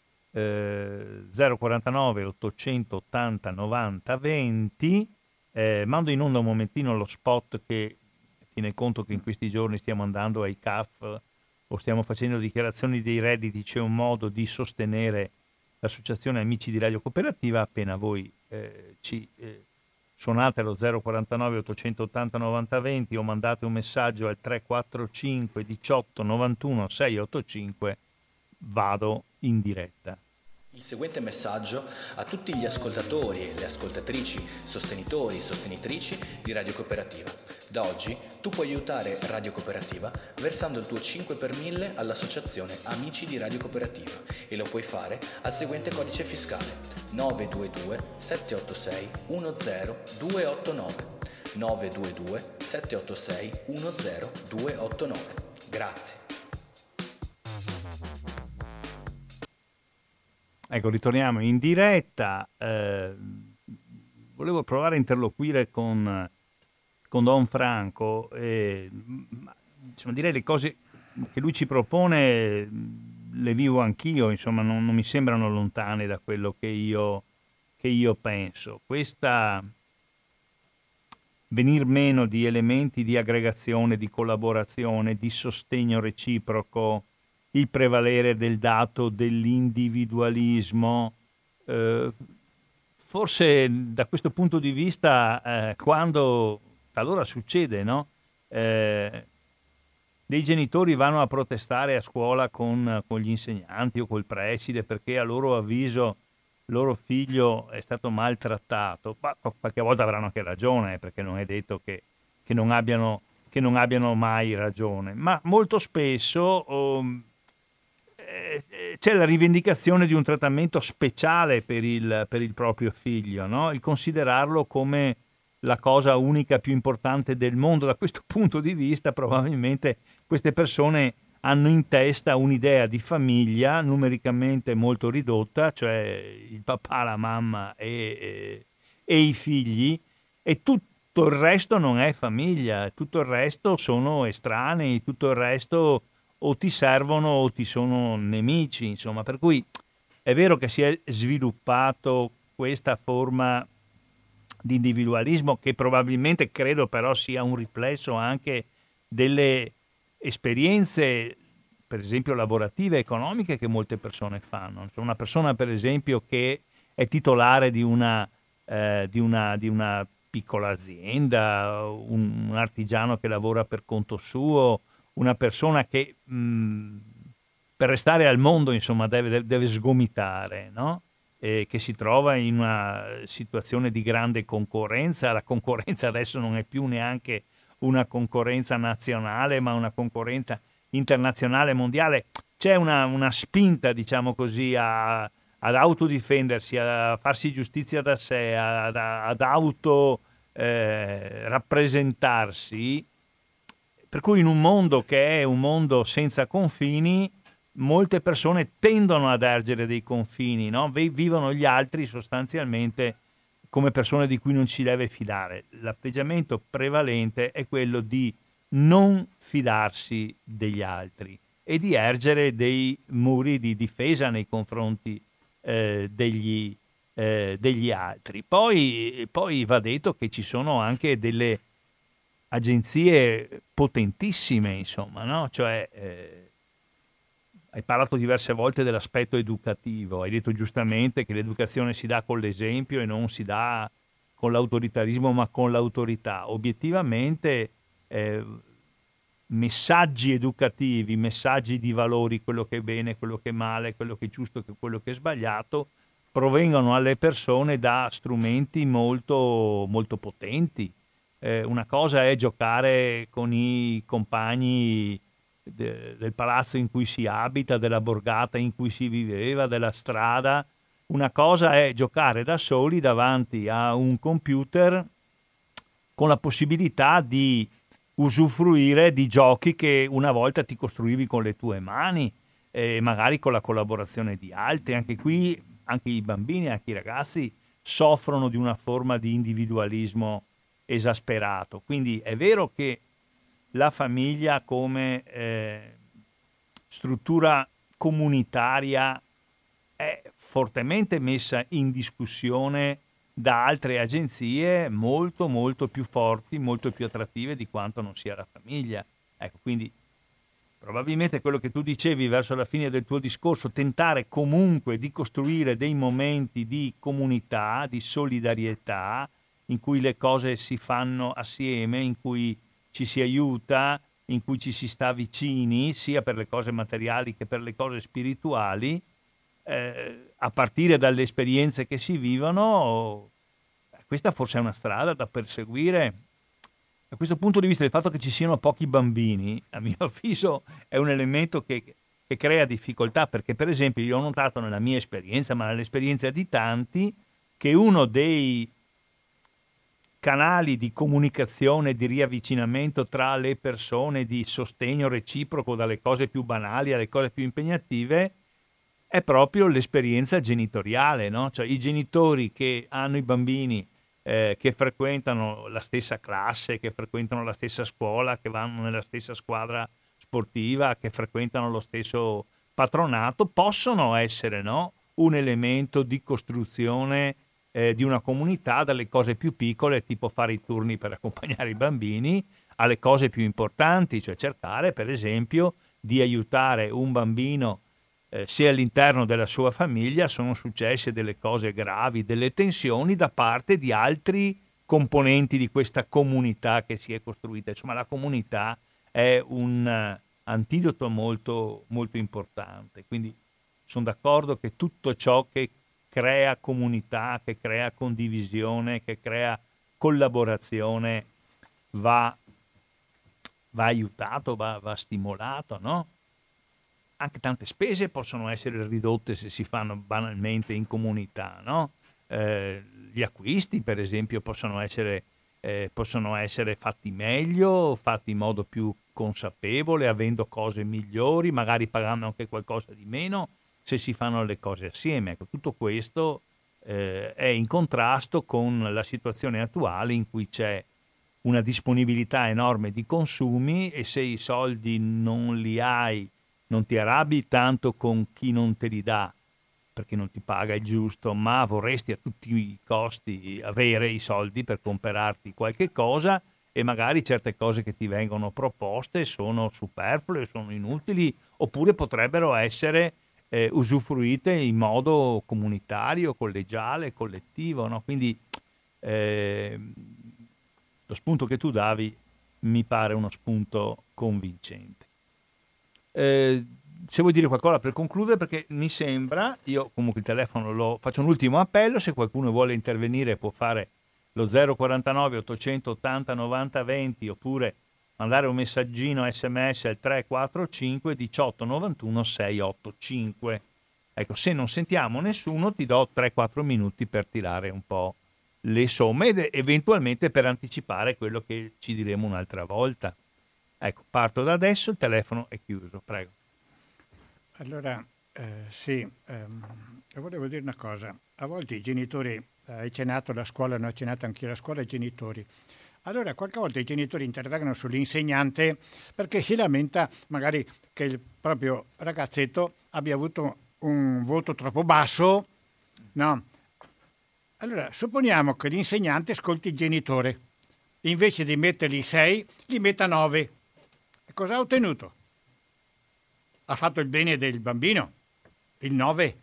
Eh, zero quarantanove ottocentottanta novanta venti. Eh, mando in onda un momentino lo spot che tiene conto che in questi giorni stiamo andando ai C A F o stiamo facendo dichiarazioni dei redditi. C'è un modo di sostenere l'associazione Amici di Radio Cooperativa. Appena voi eh, ci eh, suonate allo zero quarantanove ottocentottanta novanta venti o mandate un messaggio al tre quattro cinque diciotto novantuno seicentoottantacinque, vado in diretta. Il seguente messaggio a tutti gli ascoltatori e le ascoltatrici, sostenitori e sostenitrici di Radio Cooperativa. Da oggi tu puoi aiutare Radio Cooperativa versando il tuo cinque per mille all'associazione Amici di Radio Cooperativa, e lo puoi fare al seguente codice fiscale nove due due sette otto sei uno zero due otto nove nove due due sette otto sei uno zero due otto nove. Grazie. Ecco, ritorniamo in diretta. Eh, volevo provare a interloquire con, con Don Franco. E, insomma, direi le cose che lui ci propone le vivo anch'io, insomma, non, non mi sembrano lontane da quello che io, che io penso. Questa venir meno di elementi di aggregazione, di collaborazione, di sostegno reciproco, il prevalere del dato dell'individualismo, eh, forse da questo punto di vista, eh, quando talora succede, no? Eh, dei genitori vanno a protestare a scuola con, con gli insegnanti o col preside perché a loro avviso loro figlio è stato maltrattato, ma qualche volta avranno anche ragione, perché non è detto che, che, non, abbiano, che non abbiano mai ragione, ma molto spesso um, c'è la rivendicazione di un trattamento speciale per il, per il proprio figlio, no? Il considerarlo come la cosa unica più importante del mondo. Da questo punto di vista probabilmente queste persone hanno in testa un'idea di famiglia numericamente molto ridotta, cioè il papà, la mamma e, e, e i figli, e tutto il resto non è famiglia, tutto il resto sono estranei, tutto il resto o ti servono o ti sono nemici, insomma. Per cui è vero che si è sviluppato questa forma di individualismo che probabilmente credo però sia un riflesso anche delle esperienze, per esempio lavorative, economiche, che molte persone fanno. Cioè una persona, per esempio, che è titolare di una, eh, di una, di una piccola azienda, un, un artigiano che lavora per conto suo, una persona che mh, per restare al mondo, insomma, deve, deve sgomitare, no? E che si trova in una situazione di grande concorrenza. La concorrenza adesso non è più neanche una concorrenza nazionale, ma una concorrenza internazionale, mondiale. C'è una, una spinta, diciamo così, a, ad autodifendersi, a farsi giustizia da sé, ad, ad auto eh, rappresentarsi, per cui in un mondo che è un mondo senza confini molte persone tendono ad ergere dei confini, no? Vivono gli altri sostanzialmente come persone di cui non ci deve fidare. L'atteggiamento prevalente è quello di non fidarsi degli altri e di ergere dei muri di difesa nei confronti eh, degli, eh, degli altri. Poi, poi va detto che ci sono anche delle agenzie potentissime, insomma, no? Cioè eh, hai parlato diverse volte dell'aspetto educativo, hai detto giustamente che l'educazione si dà con l'esempio e non si dà con l'autoritarismo ma con l'autorità. Obiettivamente eh, messaggi educativi, messaggi di valori, quello che è bene, quello che è male, quello che è giusto, quello che è sbagliato, provengono alle persone da strumenti molto, molto potenti. Eh, una cosa è giocare con i compagni del palazzo in cui si abita, della borgata in cui si viveva, della strada. Una cosa è giocare da soli davanti a un computer con la possibilità di usufruire di giochi che una volta ti costruivi con le tue mani e magari con la collaborazione di altri. Anche qui, anche i bambini, anche i ragazzi soffrono di una forma di individualismo esasperato. Quindi è vero che la famiglia come eh, struttura comunitaria è fortemente messa in discussione da altre agenzie molto molto più forti, molto più attrattive di quanto non sia la famiglia. Ecco, quindi probabilmente quello che tu dicevi verso la fine del tuo discorso, tentare comunque di costruire dei momenti di comunità, di solidarietà, in cui le cose si fanno assieme, in cui ci si aiuta, in cui ci si sta vicini, sia per le cose materiali che per le cose spirituali, eh, a partire dalle esperienze che si vivono. Questa forse è una strada da perseguire. Da questo punto di vista, il fatto che ci siano pochi bambini, a mio avviso, è un elemento che, che crea difficoltà, perché per esempio io ho notato nella mia esperienza, ma nell'esperienza di tanti, che uno dei canali di comunicazione, di riavvicinamento tra le persone, di sostegno reciproco dalle cose più banali alle cose più impegnative, è proprio l'esperienza genitoriale, no? Cioè i genitori che hanno i bambini eh, che frequentano la stessa classe, che frequentano la stessa scuola, che vanno nella stessa squadra sportiva, che frequentano lo stesso patronato, possono essere, no? Un elemento di costruzione Eh, di una comunità, dalle cose più piccole, tipo fare i turni per accompagnare i bambini, alle cose più importanti, cioè cercare per esempio di aiutare un bambino eh, se all'interno della sua famiglia sono successe delle cose gravi, delle tensioni da parte di altri componenti di questa comunità che si è costruita. Insomma, la comunità è un uh, antidoto molto, molto importante. Quindi sono d'accordo che tutto ciò che crea comunità, che crea condivisione, che crea collaborazione va, va aiutato, va, va stimolato, no? Anche tante spese possono essere ridotte se si fanno banalmente in comunità, no? Eh, gli acquisti, per esempio, possono essere eh, possono essere fatti meglio, fatti in modo più consapevole, avendo cose migliori, magari pagando anche qualcosa di meno, se si fanno le cose assieme. Ecco, tutto questo eh, è in contrasto con la situazione attuale in cui c'è una disponibilità enorme di consumi e se i soldi non li hai, non ti arrabbi tanto con chi non te li dà perché non ti paga il giusto, ma vorresti a tutti i costi avere i soldi per comprarti qualche cosa e magari certe cose che ti vengono proposte sono superflue, sono inutili, oppure potrebbero essere eh, usufruite in modo comunitario, collegiale, collettivo, no? Quindi eh, lo spunto che tu davi mi pare uno spunto convincente. Eh, se vuoi dire qualcosa per concludere, perché mi sembra, io comunque il telefono lo faccio un ultimo appello, se qualcuno vuole intervenire può fare lo zero quarantanove ottocentottanta novanta venti oppure mandare un messaggino sms al tre quattro cinque diciotto novantuno seicentottantacinque. Ecco, se non sentiamo nessuno ti do tre quattro minuti per tirare un po' le somme ed eventualmente per anticipare quello che ci diremo un'altra volta. Ecco, parto da adesso, il telefono è chiuso, prego. Allora, eh, sì, ehm, volevo dire una cosa. A volte i genitori, eh, hai cenato la scuola, ne ho cenato anch'io la scuola, i genitori. Allora, qualche volta i genitori intervengono sull'insegnante perché si lamenta magari che il proprio ragazzetto abbia avuto un voto troppo basso, no? Allora, supponiamo che l'insegnante ascolti il genitore. Invece di mettergli sei, gli metta nove. E cosa ha ottenuto? Ha fatto il bene del bambino, il nove,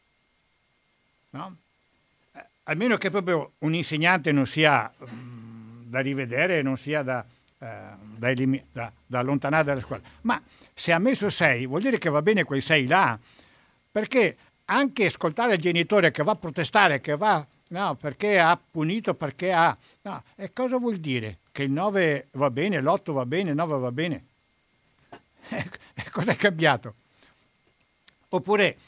no? Eh, almeno che proprio un insegnante non sia mh, da rivedere, non sia da, eh, da, elimi- da, da allontanare dalla scuola. Ma se ha messo sei, vuol dire che va bene quei sei là, perché anche ascoltare il genitore che va a protestare, che va, no, perché ha punito, perché ha, no, e cosa vuol dire? Che il nove va bene, l'otto va bene, il nove va bene? Cosa è cambiato? Oppure,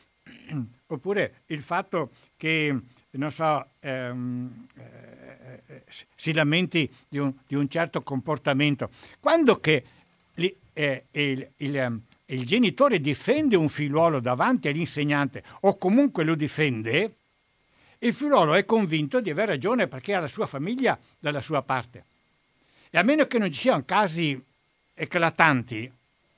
oppure il fatto che, non so, ehm, eh, si lamenti di un, di un certo comportamento. Quando che li, eh, il, il, il genitore difende un figliuolo davanti all'insegnante o comunque lo difende, il figliuolo è convinto di aver ragione perché ha la sua famiglia dalla sua parte. E a meno che non ci siano casi eclatanti,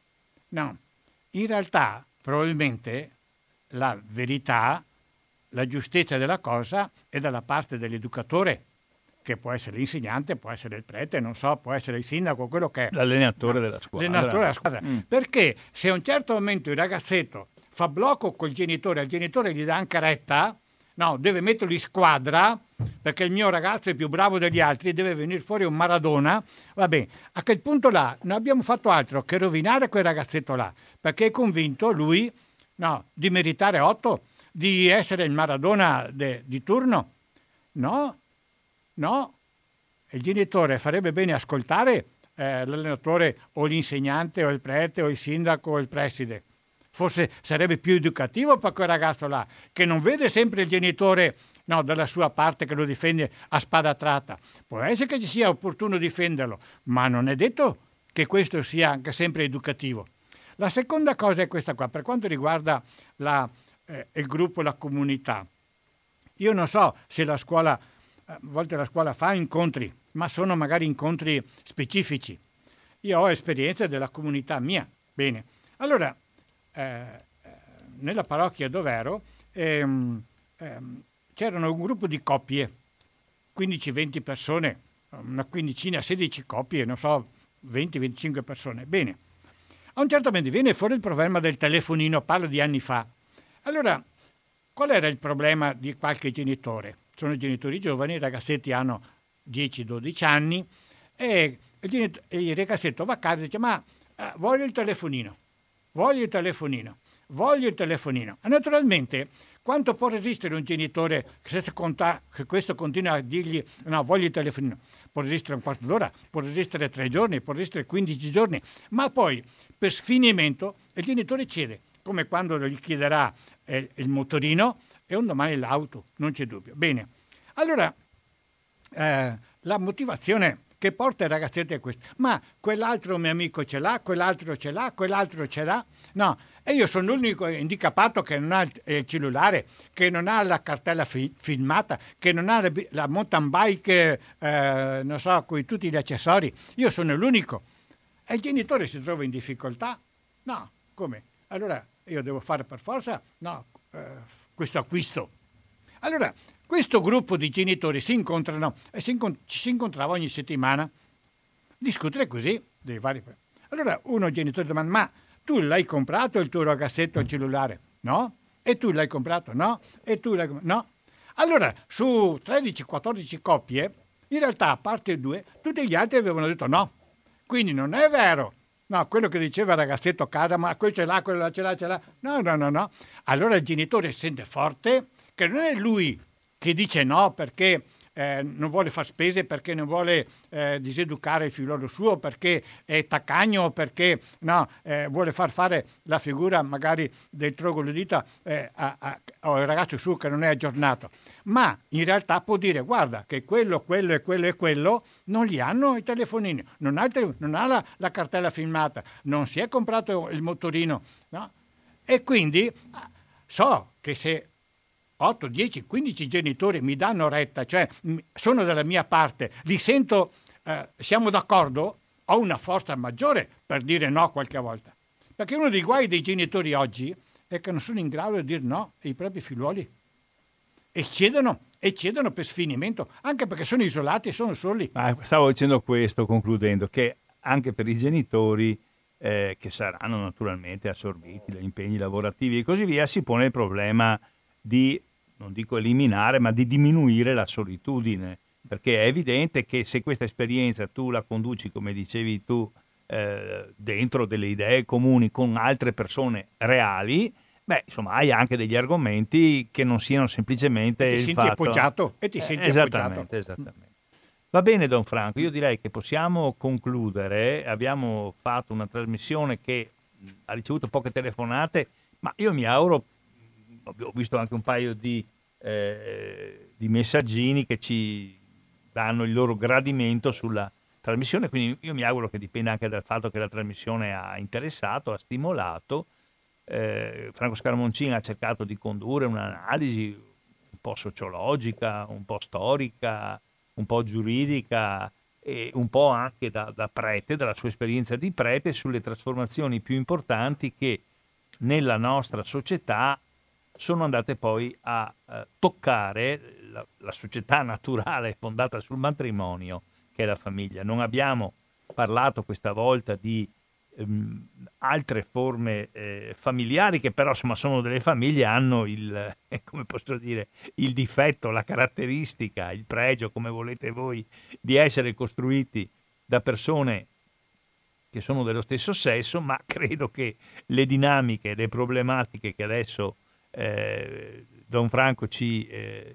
no, in realtà probabilmente la verità, la giustezza della cosa è dalla parte dell'educatore, che può essere l'insegnante, può essere il prete, non so, può essere il sindaco, quello che è. L'allenatore no, della squadra. L'allenatore della squadra. Mm. Perché se a un certo momento il ragazzetto fa blocco col genitore, il genitore gli dà anche retta, no, deve metterlo in squadra, perché il mio ragazzo è più bravo degli altri, deve venire fuori un Maradona, va bene, a quel punto là non abbiamo fatto altro che rovinare quel ragazzetto là, perché è convinto lui, no, di meritare otto, di essere il Maradona de, di turno. No, no, il genitore farebbe bene ascoltare eh, l'allenatore o l'insegnante o il prete o il sindaco o il preside. Forse sarebbe più educativo per quel ragazzo là, che non vede sempre il genitore, no, dalla sua parte che lo difende a spada tratta. Può essere che ci sia opportuno difenderlo, ma non è detto che questo sia anche sempre educativo. La seconda cosa è questa qua, per quanto riguarda la, eh, il gruppo, la comunità. Io non so se la scuola, a volte la scuola fa incontri, ma sono magari incontri specifici. Io ho esperienza della comunità mia. Bene, allora, eh, nella parrocchia dove ero, ehm, ehm, c'erano un gruppo di coppie, quindici venti persone, una quindicina, sedici coppie, non so, venti venticinque persone. Bene, a un certo momento viene fuori il problema del telefonino, parlo di anni fa. Allora, qual era il problema di qualche genitore? Sono genitori giovani, i ragazzetti hanno dieci dodici anni e il, genit- il ragazzetto va a casa e dice ma eh, voglio il telefonino, voglio il telefonino, voglio il telefonino. E naturalmente, quanto può resistere un genitore che, se conta, che questo continua a dirgli no, voglio il telefonino? Può resistere un quarto d'ora, può resistere tre giorni, può resistere quindici giorni, ma poi per sfinimento il genitore cede, come quando gli chiederà eh, il motorino e un domani l'auto, non c'è dubbio. Bene, allora eh, la motivazione che porta il ragazzetto è questa. Ma quell'altro mio amico ce l'ha, quell'altro ce l'ha, quell'altro ce l'ha. No, e io sono l'unico handicapato che non ha il cellulare, che non ha la cartella fi- filmata, che non ha la, la mountain bike, eh, non so, con tutti gli accessori. Io sono l'unico. E il genitore si trova in difficoltà? No, come? Allora io devo fare per forza? No, eh, questo acquisto. Allora, questo gruppo di genitori si incontrano e si, incont- ci si incontrava ogni settimana, discutere così dei vari. Allora uno genitore domanda: ma tu l'hai comprato il tuo ragazzetto il cellulare? No? E tu l'hai comprato? No? E tu l'hai no? Allora su tredici quattordici coppie, in realtà a parte due, tutti gli altri avevano detto no. Quindi non è vero. No, quello che diceva il ragazzetto Cada, ma quello ce l'ha, quello ce l'ha, ce l'ha. No, no, no, no. Allora il genitore sente forte che non è lui che dice no perché eh, non vuole fare spese, perché non vuole eh, diseducare il figliolo suo, perché è taccagno, perché no, eh, vuole far fare la figura magari del troglodita eh, a, a, al ragazzo suo che non è aggiornato. Ma in realtà può dire: guarda che quello, quello e quello e quello non li hanno i telefonini, non ha, il, non ha la, la cartella filmata, non si è comprato il motorino, no? E quindi so che se otto, dieci, quindici genitori mi danno retta, cioè sono dalla mia parte, li sento, eh, siamo d'accordo, ho una forza maggiore per dire no qualche volta. Perché uno dei guai dei genitori oggi è che non sono in grado di dire no ai propri figlioli. E cedono, e cedono per sfinimento, anche perché sono isolati e sono soli. Ma stavo dicendo questo, concludendo, che anche per i genitori, eh, che saranno naturalmente assorbiti dagli impegni lavorativi e così via, si pone il problema di, non dico eliminare, ma di diminuire la solitudine, perché è evidente che se questa esperienza tu la conduci, come dicevi tu, eh, dentro delle idee comuni con altre persone reali, beh, insomma, hai anche degli argomenti che non siano semplicemente e ti il senti fatto... appoggiato e ti senti esattamente, appoggiato. Esattamente. Va bene, Don Franco, io direi che possiamo concludere. Abbiamo fatto una trasmissione che ha ricevuto poche telefonate, ma io mi auguro, ho visto anche un paio di, eh, di messaggini che ci danno il loro gradimento sulla trasmissione, quindi io mi auguro che dipenda anche dal fatto che la trasmissione ha interessato, ha stimolato. Eh, Franco Scaramoncin ha cercato di condurre un'analisi un po' sociologica, un po' storica, un po' giuridica e un po' anche da, da prete, dalla sua esperienza di prete, sulle trasformazioni più importanti che nella nostra società sono andate poi a eh, toccare la, la società naturale fondata sul matrimonio, che è la famiglia. Non abbiamo parlato questa volta di ehm, altre forme eh, familiari che però insomma sono delle famiglie, hanno il, eh, come posso dire, il difetto, la caratteristica, il pregio, come volete voi, di essere costruiti da persone che sono dello stesso sesso, ma credo che le dinamiche, le problematiche che adesso eh, Don Franco ci, eh,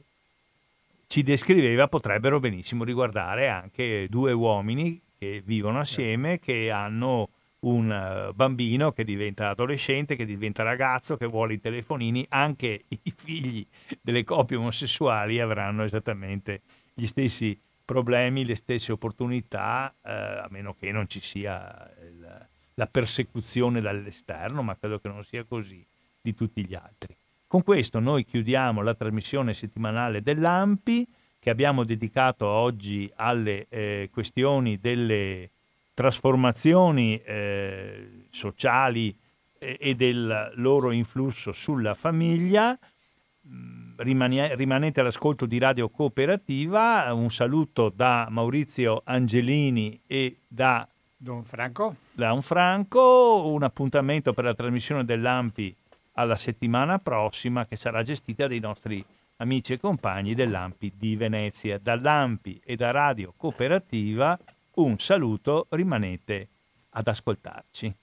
ci descriveva potrebbero benissimo riguardare anche due uomini che vivono assieme, che hanno un bambino che diventa adolescente, che diventa ragazzo, che vuole i telefonini. Anche i figli delle coppie omosessuali avranno esattamente gli stessi problemi, le stesse opportunità, eh, a meno che non ci sia il, la persecuzione dall'esterno, ma credo che non sia così di tutti gli altri. Con questo noi chiudiamo la trasmissione settimanale dell'A M P I, che abbiamo dedicato oggi alle eh, questioni delle trasformazioni eh, sociali e, e del loro influsso sulla famiglia. Rimane, rimanete all'ascolto di Radio Cooperativa. Un saluto da Maurizio Angelini e da Don Franco. Da Don Franco. Un appuntamento per la trasmissione dell'A M P I alla settimana prossima, che sarà gestita dai nostri amici e compagni dell'A M P I di Venezia. Dall'A M P I e da Radio Cooperativa un saluto, rimanete ad ascoltarci.